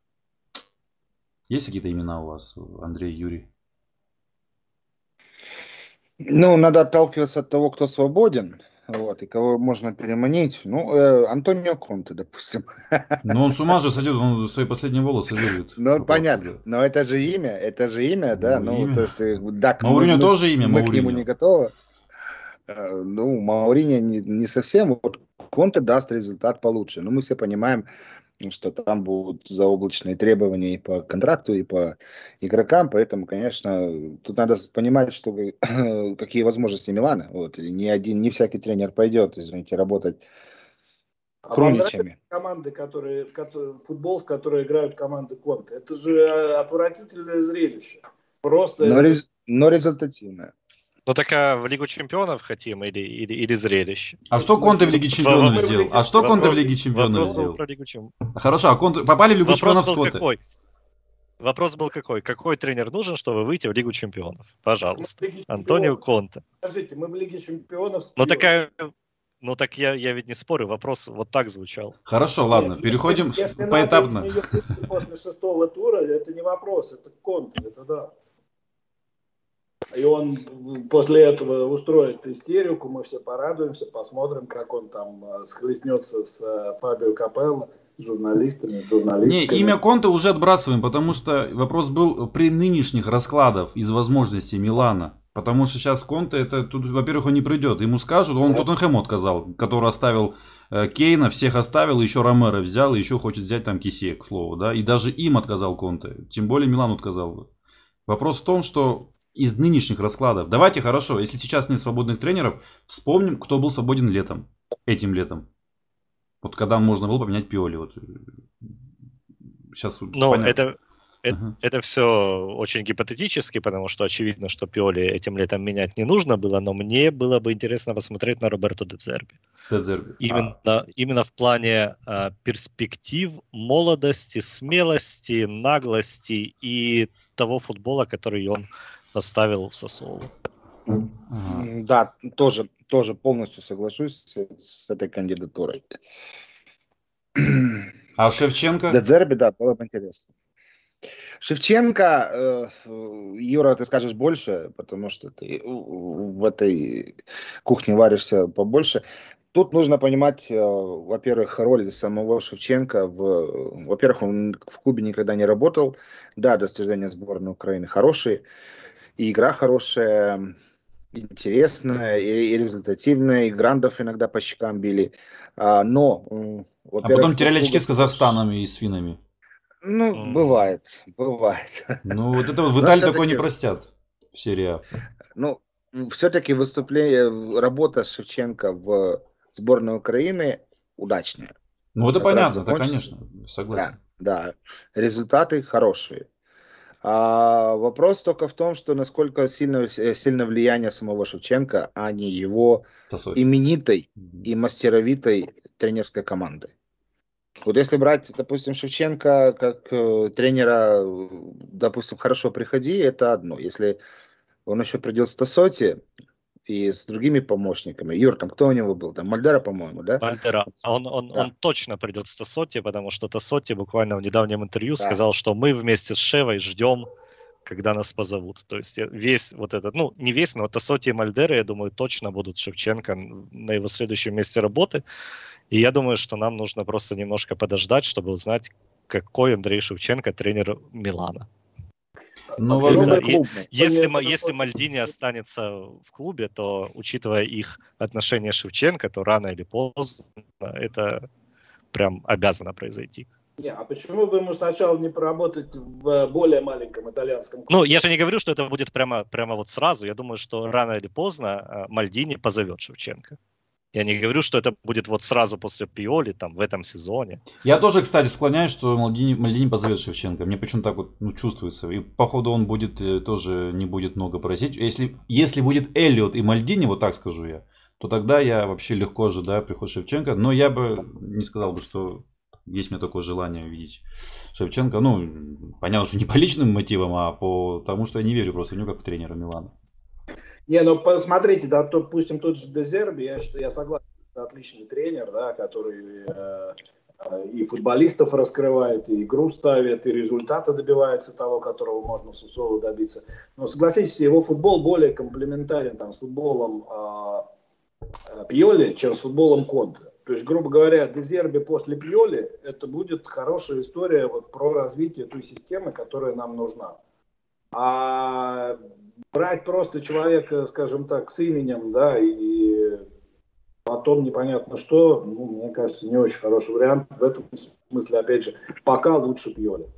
Есть какие-то имена у вас, Андрей, Юрий? Ну, надо отталкиваться от того, кто свободен, вот, и кого можно переманить. Ну, э, Антонио Конте, допустим. Ну, он с ума же сойдет, он свои последние волосы вырвет. Ну, по понятно, поводу. но это же имя, это же имя, да, Ну, ну, имя. то есть, э, да, мы, Мауриньо мы, тоже имя, мы к нему не Мауриньо. готовы. Э, Ну, Мауриньо не, не совсем, вот, Конте даст результат получше. Но мы все понимаем, ну, что там будут заоблачные требования и по контракту, и по игрокам, поэтому, конечно, тут надо понимать, что какие возможности Милана. Вот, и ни один, не всякий тренер пойдет, извините, работать А вам нравятся кроличьими. команды, которые, в которые, футбол, в который играют команды Конте? Это же отвратительное зрелище. Просто Но, это- рез- но результативное. Ну так а в Лигу Чемпионов хотим или, или, или зрелище? А что Конте в Лиге Чемпионов Вопрос- сделал? А что Конте в вопрос- Лиге Чемпионов вопрос был сделал? про Лигу Чемпионов. Хорошо, а Конте попали в Лигу Вопрос Чемпионов с был Конте? какой? Вопрос был какой? Какой тренер нужен, чтобы выйти в Лигу Чемпионов? Пожалуйста. Мы в Лиге Антонио Чемпионов. Конте. Подождите, мы в Лиге Чемпионов с Ну Пио. такая... Ну так я, я ведь не спорю, вопрос вот так звучал. Хорошо, ладно, Нет, переходим если, если поэтапно. надо из нее выйти после шестого тура, это не вопрос, это Конте, это да. И он после этого устроит истерику, мы все порадуемся, посмотрим, как он там э, схлестнется с э, Фабио Капелло, с журналистами, с Не, журналистками. имя Конте уже отбрасываем, потому что вопрос был при нынешних раскладах из возможностей Милана. Потому что сейчас Конте, это тут, во-первых, он не придет. Ему скажут, он Тоттенхэму отказал, который оставил э, Кейна, всех оставил, еще Ромеро взял, и еще хочет взять там Кисе, к слову, да. И даже им отказал Конте. Тем более Милану отказал бы. Вопрос в том, что из нынешних раскладов. Давайте, хорошо, если сейчас нет свободных тренеров, вспомним, кто был свободен летом. Этим летом. Вот когда можно было поменять Пиоли. Вот. Сейчас Ну, понятно. это, это, Ага. это все очень гипотетически, потому что очевидно, что Пиоли этим летом менять не нужно было, но мне было бы интересно посмотреть на Роберто де Церби. Де Зерби. Именно, А, именно в плане а, перспектив, молодости, смелости, наглости и того футбола, который он поставил в Сассолу. ага. М, Да, тоже, тоже полностью соглашусь с, с этой кандидатурой. А Шевченко? Де Зерби, да, было бы интересно. Шевченко, э, Юра, ты скажешь больше, потому что ты в этой кухне варишься побольше. Тут нужно понимать, э, во-первых, роль самого Шевченко. В, во-первых, он в клубе никогда не работал. Да, достижения сборной Украины хорошие, и игра хорошая, интересная, и, и результативная, и грандов иногда по щекам били. А, но, м, А во-первых, потом теряли очки заслуга- с Казахстаном и с финнами. Ну, Мгм. бывает, бывает. Ну, вот это вот в Но Италии всё-таки- такое не простят. В серии А. Ну, все-таки выступление, работа Шевченко в сборной Украины удачная. Ну, это Контракт понятно, это закончится. конечно, согласен. Да, да, результаты хорошие. А вопрос только в том, что насколько сильно, э, сильно влияние самого Шевченко, а не его Тасович. именитой Мгм. и мастеровитой тренерской команды. Вот если брать, допустим, Шевченко как э, тренера, э, допустим, хорошо приходи, это одно. Если он еще придет с Тасоти и с другими помощниками. Юр, там кто у него был? Там Мальдера, по-моему, да? Вальдера. Он, он, Да. он точно придет с Тассоти, потому что Тассоти буквально в недавнем интервью Да. сказал, что мы вместе с Шевой ждем, когда нас позовут. То есть я- весь вот этот, ну не весь, но Тассоти и Мальдера, я думаю, точно будут Шевченко на его следующем месте работы. И я думаю, что нам нужно просто немножко подождать, чтобы узнать, какой Андрей Шевченко тренер Милана. Ну, Почему да, бы и- клубный? Если, Кто ма- не если захочет? Мальдини останется в клубе, то, учитывая их отношения с Шевченко, то рано или поздно это прям обязано произойти. Не, а почему бы ему сначала не поработать в более маленьком итальянском клубе? Ну, я же не говорю, что это будет прямо, прямо вот сразу. Я думаю, что рано или поздно э, Мальдини позовет Шевченко. Я не говорю, что это будет вот сразу после Пиоли, там, в этом сезоне. Я тоже, кстати, склоняюсь, что Мальдини, Мальдини позовет Шевченко. Мне почему-то так вот ну, чувствуется. И походу он будет э, тоже не будет много просить. Если, если будет Эллиот и Мальдини, вот так скажу я, то тогда я вообще легко ожидаю приход Шевченко. Но я бы не сказал бы, что есть у меня такое желание увидеть Шевченко. Ну, понятно, что не по личным мотивам, а по тому, что я не верю просто в него как в тренера Милана. Не, ну посмотрите, да, то, допустим, тот же Де Зерби, я, я согласен, это отличный тренер, да, который э, и футболистов раскрывает, и игру ставит, и результата добивается того, которого можно в Сосоло добиться. Но согласитесь, его футбол более комплементарен там, с футболом э, Пьоли, чем с футболом Конте. То есть, грубо говоря, Де Зерби после Пьоли это будет хорошая история вот, про развитие той системы, которая нам нужна. А брать просто человека, скажем так, с именем, да, и потом непонятно что, ну, мне кажется, не очень хороший вариант. В этом смысле, опять же, пока лучше Пьоли.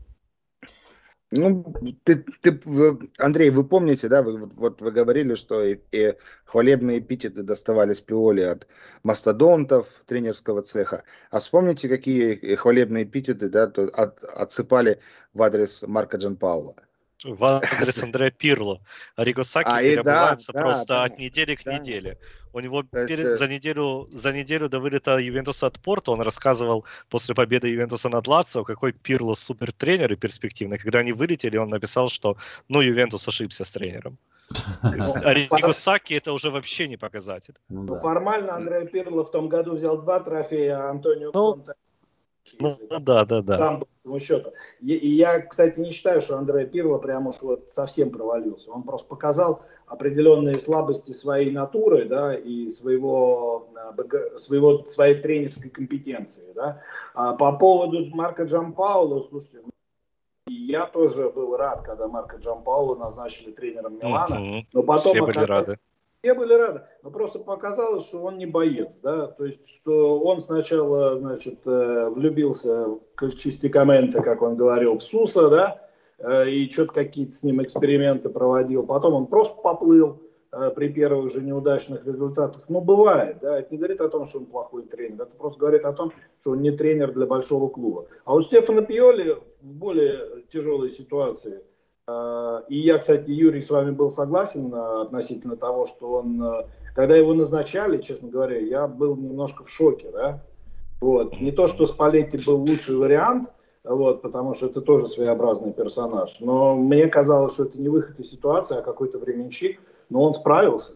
Ну, ты, ты, Андрей, вы помните, да, вы, вот вы говорили, что и, и хвалебные эпитеты доставались Пиоли от мастодонтов тренерского цеха. А вспомните, какие хвалебные эпитеты, да, от, отсыпали в адрес Марка Джанпаула. В адрес Андреа Пирло. Arrigo Sacchi а, переобувается да, просто да, от недели к да. неделе. У него есть, перед, за, неделю, за неделю до вылета Ювентуса от Порту он рассказывал после победы Ювентуса над Лацио, какой Пирло супер тренер и перспективный. Когда они вылетели, он написал, что ну Ювентус ошибся с тренером. Arrigo Sacchi это уже вообще не показатель. Ну, формально Андреа Пирло в том году взял два трофея, а Антонио Конте... Ну, да, да, да. Там был счета. И, и я, кстати, не считаю, что Андреа Пирло прям уж вот совсем провалился. Он просто показал определенные слабости своей натуры, да, и своего, своего, своей тренерской компетенции, да. А по поводу Марка Джанпауло, слушайте, я тоже был рад, когда Марка Джанпауло назначили тренером Милана. Угу. Но потом все были оказалось, рады. Все были рады, но просто показалось, что он не боец, да, то есть, что он сначала, значит, влюбился в Чистикаменте, как он говорил, в Суса, да, и что-то какие-то с ним эксперименты проводил, потом он просто поплыл при первых же неудачных результатах, ну, бывает, да, это не говорит о том, что он плохой тренер, это просто говорит о том, что он не тренер для большого клуба. А у Стефано Пьоли в более тяжелой ситуации. И я, кстати, Юрий, с вами был согласен относительно того, что он, когда его назначали, честно говоря, я был немножко в шоке, да. Вот. Не то, что Спалетти был лучший вариант, вот, потому что это тоже своеобразный персонаж, но мне казалось, что это не выход из ситуации, а какой-то временщик, но он справился.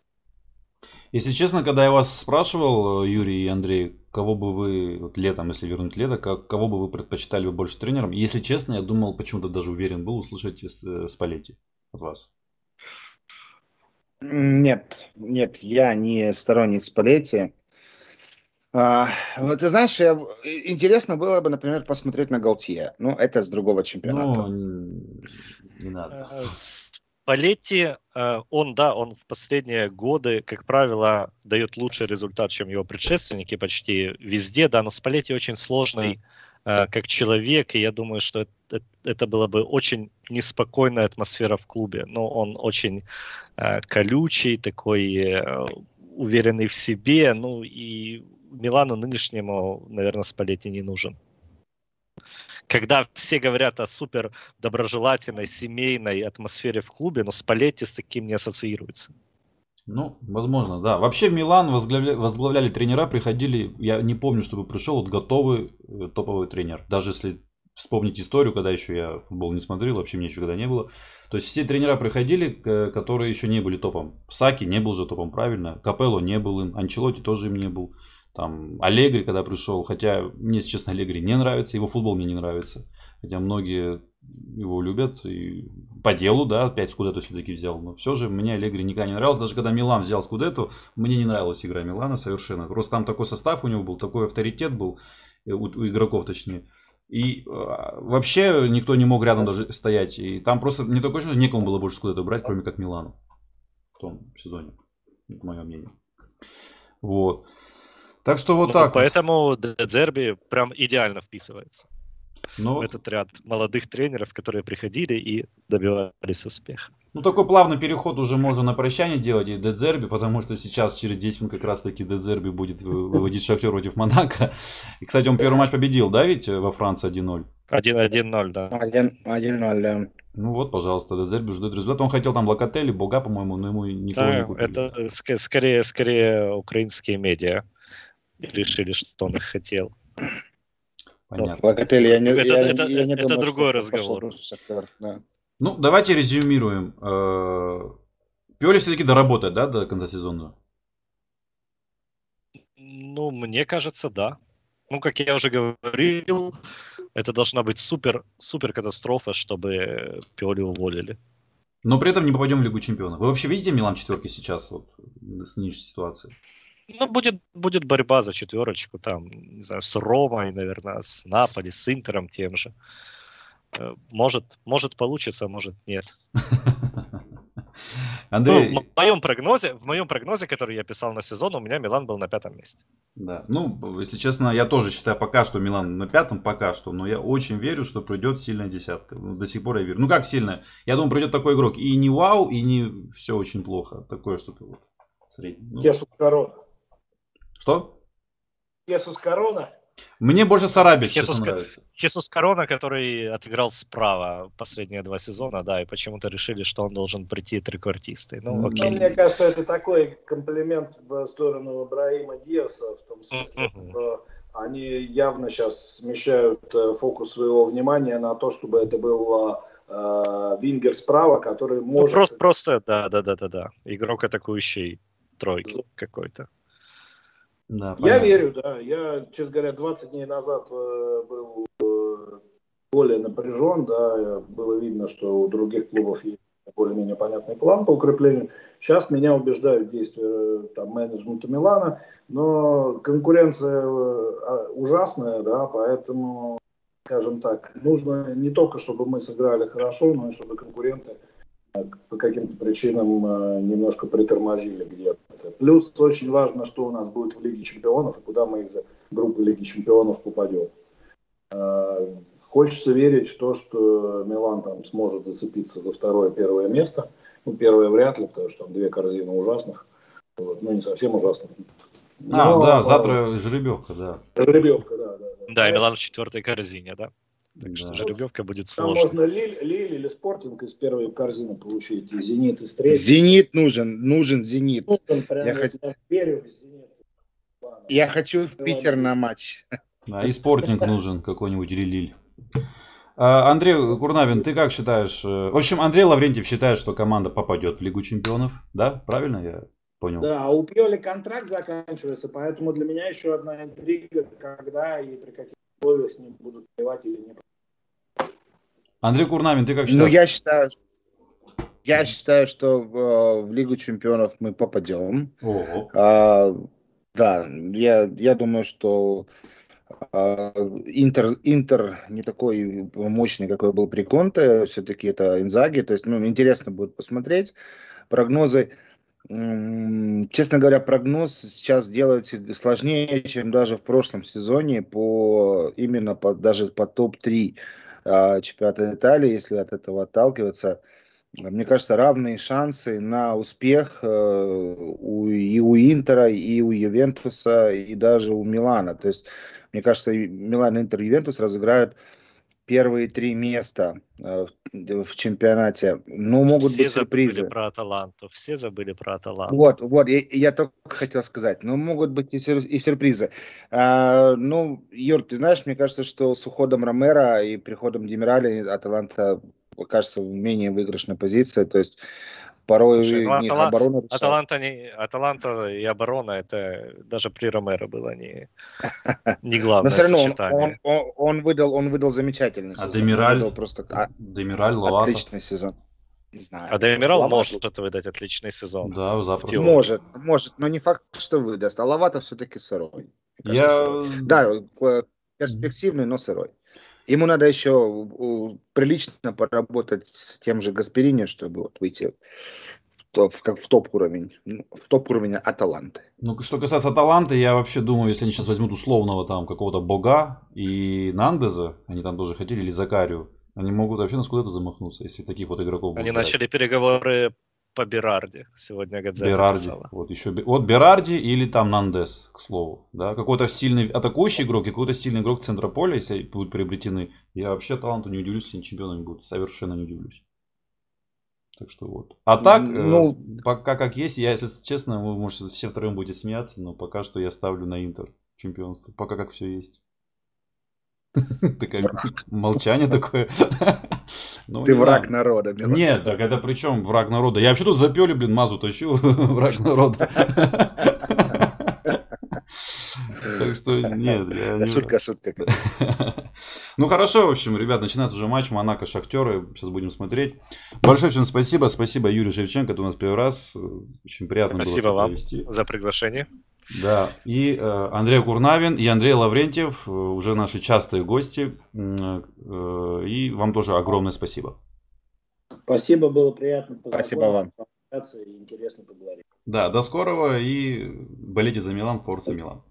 Если честно, когда я вас спрашивал, Юрий и Андрей, кого бы вы, вот летом, если вернуть лето, как, кого бы вы предпочитали бы больше тренером, если честно, я думал, почему-то даже уверен был услышать Спалетти от вас. Нет, нет, я не сторонник Спалетти. А, вот ты знаешь, я, интересно было бы, например, посмотреть на Галтье. Ну, это с другого чемпионата. Ну, не, не надо. Спалетти, он, да, он в последние годы, как правило, дает лучший результат, чем его предшественники почти везде, да, но Спалетти очень сложный как человек, и я думаю, что это, это была бы очень неспокойная атмосфера в клубе, но он очень колючий, такой уверенный в себе, ну и Милану нынешнему, наверное, Спалетти не нужен. Когда все говорят о супер доброжелательной, семейной атмосфере в клубе, но Спалетти с таким не ассоциируется. Ну, возможно, да. Вообще в Милан возглавляли, возглавляли тренера, приходили, я не помню, чтобы пришел вот готовый э, топовый тренер. Даже если вспомнить историю, когда еще я футбол не смотрел, вообще мне еще когда не было. То есть все тренера приходили, которые еще не были топом. Саки не был же топом, правильно. Капелло не был им, Анчелотти тоже им не был. Там Аллегри, когда пришел, хотя мне, если честно, Аллегри не нравится, его футбол мне не нравится. Хотя многие его любят и по делу, да, пять скудетто все-таки взял. Но все же мне Аллегри никогда не нравился. Даже когда Милан взял скудетто, мне не нравилась игра Милана совершенно. Просто там такой состав у него был, такой авторитет был, у, у игроков точнее. И э, вообще никто не мог рядом даже стоять. И там просто не такое, что некому было больше скудетто брать, кроме как Милану в том сезоне. Это мое мнение. Вот. Так что вот ну, так. Поэтому Де Зерби прям идеально вписывается ну, в этот ряд молодых тренеров, которые приходили и добивались успеха. Ну, такой плавный переход уже можно на прощание делать и Де Зерби, потому что сейчас через десять минут как раз таки Де Зерби будет выводить Шахтер против Монако. И, кстати, он первый матч победил, да, ведь во Франции один ноль? один ноль, да. один ноль, да. Ну вот, пожалуйста, Де Зерби ждет результат. Он хотел там Локотелли, Бога, по-моему, но ему никого да, не купили. Это скорее, скорее украинские медиа решили, что он их хотел. Понятно. Локотелли, я не, это я, это, я не это думаю, другой разговор. Шахтер, да. Ну, давайте резюмируем. Пиоли все-таки доработает, да, до конца сезона? Ну, мне кажется, да. Ну, как я уже говорил, это должна быть супер, супер катастрофа, чтобы Пиоли уволили. Но при этом не попадем в Лигу Чемпионов. Вы вообще видите Милан четверки сейчас, вот, с нынешней ситуацией? Ну, будет, будет борьба за четверочку, там, не знаю, с Ромой, наверное, с Наполи, с Интером тем же. Может, может получится, может нет. Андрей... Ну, в моем прогнозе, в моем прогнозе, который я писал на сезон, у меня Милан был на пятом месте. Да, ну, если честно, я тоже считаю пока что Милан на пятом, пока что, но я очень верю, что пройдет сильная десятка. До сих пор я верю. Ну, как сильная? Я думаю, пройдет такой игрок и не вау, и не все очень плохо. Такое что-то вот среднее. Ну... Хесус Корона. Что? Хесус Корона. Мне больше Сарабич Хесус, нравится. Хесус Корона, который отыграл справа последние два сезона, да, и почему-то решили, что он должен прийти триквартистой. Ну, окей. Ну, мне кажется, это такой комплимент в сторону Браима Диаса, в том смысле, mm-hmm. что они явно сейчас смещают фокус своего внимания на то, чтобы это был э, вингер справа, который может... Ну, просто, просто, да, да, да, да, да. Игрок атакующей тройки какой-то. Да, я верю, да. Я, честно говоря, двадцать дней назад э, был э, более напряжен, да. Было видно, что у других клубов есть более-менее понятный план по укреплению. Сейчас меня убеждают действия там, менеджмента Милана, но конкуренция э, ужасная, да, поэтому, скажем так, нужно не только, чтобы мы сыграли хорошо, но и чтобы конкуренты по каким-то причинам э, немножко притормозили где-то. Плюс очень важно, что у нас будет в Лиге Чемпионов и куда мы из группы Лиги Чемпионов попадем. Э, хочется верить в то, что Милан там сможет зацепиться за второе-первое место. Ну, первое вряд ли, потому что там две корзины ужасных. Вот. Ну, не совсем ужасных. Но, а, да, завтра жеребьевка, да. Жеребьевка, да. Да, да. да и Милан в четвертой корзине, да. Так да. что жеребьевка будет Там сложной. можно Лиль, Лиль или Спортинг из первой корзины получить, и Зенит из третьей. Зенит нужен, нужен Зенит. Нужен, прям я, я, хот... я верю в Зенит. Я хочу в Питер на матч. Да, и Спортинг нужен, какой-нибудь Лиль. Андрей Курнавин, ты как считаешь? В общем, Андрей Лаврентьев считает, что команда попадет в Лигу Чемпионов, да? Правильно я понял? Да, а у Пиоли контракт заканчивается, поэтому для меня еще одна интрига, когда и при каких условиях с ним будут плевать или не. Андрей Курнавин, ты как считаешь? Ну, я считаю, я считаю, что в, в Лигу Чемпионов мы попадем. А, да, я, я думаю, что а, Интер, Интер не такой мощный, какой был при Конте. Все-таки это Инзаги. То есть, ну, интересно будет посмотреть. Прогнозы. Честно говоря, прогноз сейчас делать сложнее, чем даже в прошлом сезоне, по, именно по, даже по топ три чемпионата Италии, если от этого отталкиваться. Мне кажется, равные шансы на успех у, и у Интера, и у Ювентуса, и даже у Милана. То есть, мне кажется, Милан, Интер, Ювентус разыграют первые три места э, в чемпионате. Но могут все быть сюрпризы. Забыли про Аталанту. Все забыли про Аталанту. Вот, вот, я, я только хотел сказать. Но могут быть и, сюр, и сюрпризы. А, ну, Юр, ты знаешь, мне кажется, что с уходом Ромеро и приходом Демирали Аталанта окажется в менее выигрышной позиции. То есть порой Слушай, ну, у них Атала... оборона решает. Аталанта, не... Аталанта и оборона, это даже при Ромеро было не, не главное Но все равно сочетание. Он, он, он, выдал, он выдал замечательный сезон. А Демираль? Выдал просто а... Демираль, Ловато. Отличный сезон. Не знаю. А Демираль может выдать отличный сезон. Да, запросто. Может, может, но не факт, что выдаст. А Ловато все-таки сырой. Я... Сырой. Да, перспективный, но сырой. Ему надо еще прилично поработать с тем же Гасперини, чтобы вот выйти в топ, как в топ-уровень, в топ-уровень Аталанты. Ну, что касается Аталанты, я вообще думаю, если они сейчас возьмут условного там какого-то Бога и Нандеза, они там тоже хотели, или Закарию, они могут вообще на скуда-то замахнуться, если таких вот игроков будет. Они брать. Начали переговоры по Берарди. Сегодня Гадзета Берарди. писала. Вот еще вот Берарди или там Нандес, к слову. Да? Какой-то сильный атакующий игрок и какой-то сильный игрок центра поля, если будут приобретены. Я вообще Аталанту не удивлюсь, если они чемпионами будут. Совершенно не удивлюсь. Так что вот. А так, ну, э, пока как есть, я, если честно, вы, может, все втроем будете смеяться, но пока что я ставлю на Интер чемпионство. Пока как все есть. Такое молчание такое. Ну, Ты не враг знаю. народа, Милан. Нет, так это при чем враг народа? Я вообще тут за Пиоли, блин, Мазу тащу, враг народа. Так что нет, я Да не... шутка, шутка. Ну хорошо, в общем, ребят, начинается уже матч Монако Шахтеры. Сейчас будем смотреть. Большое всем спасибо. Спасибо Юрию Шевченко, это у нас первый раз. Очень приятно Спасибо было вам провести. за приглашение. Да, и э, Андрей Курнавин и Андрей Лаврентьев, э, уже наши частые гости. Э, э, и вам тоже огромное спасибо. Спасибо, было приятно Спасибо вам. познакомиться и интересно поговорить. Да, до скорого и болейте за Милан, Форса Милан.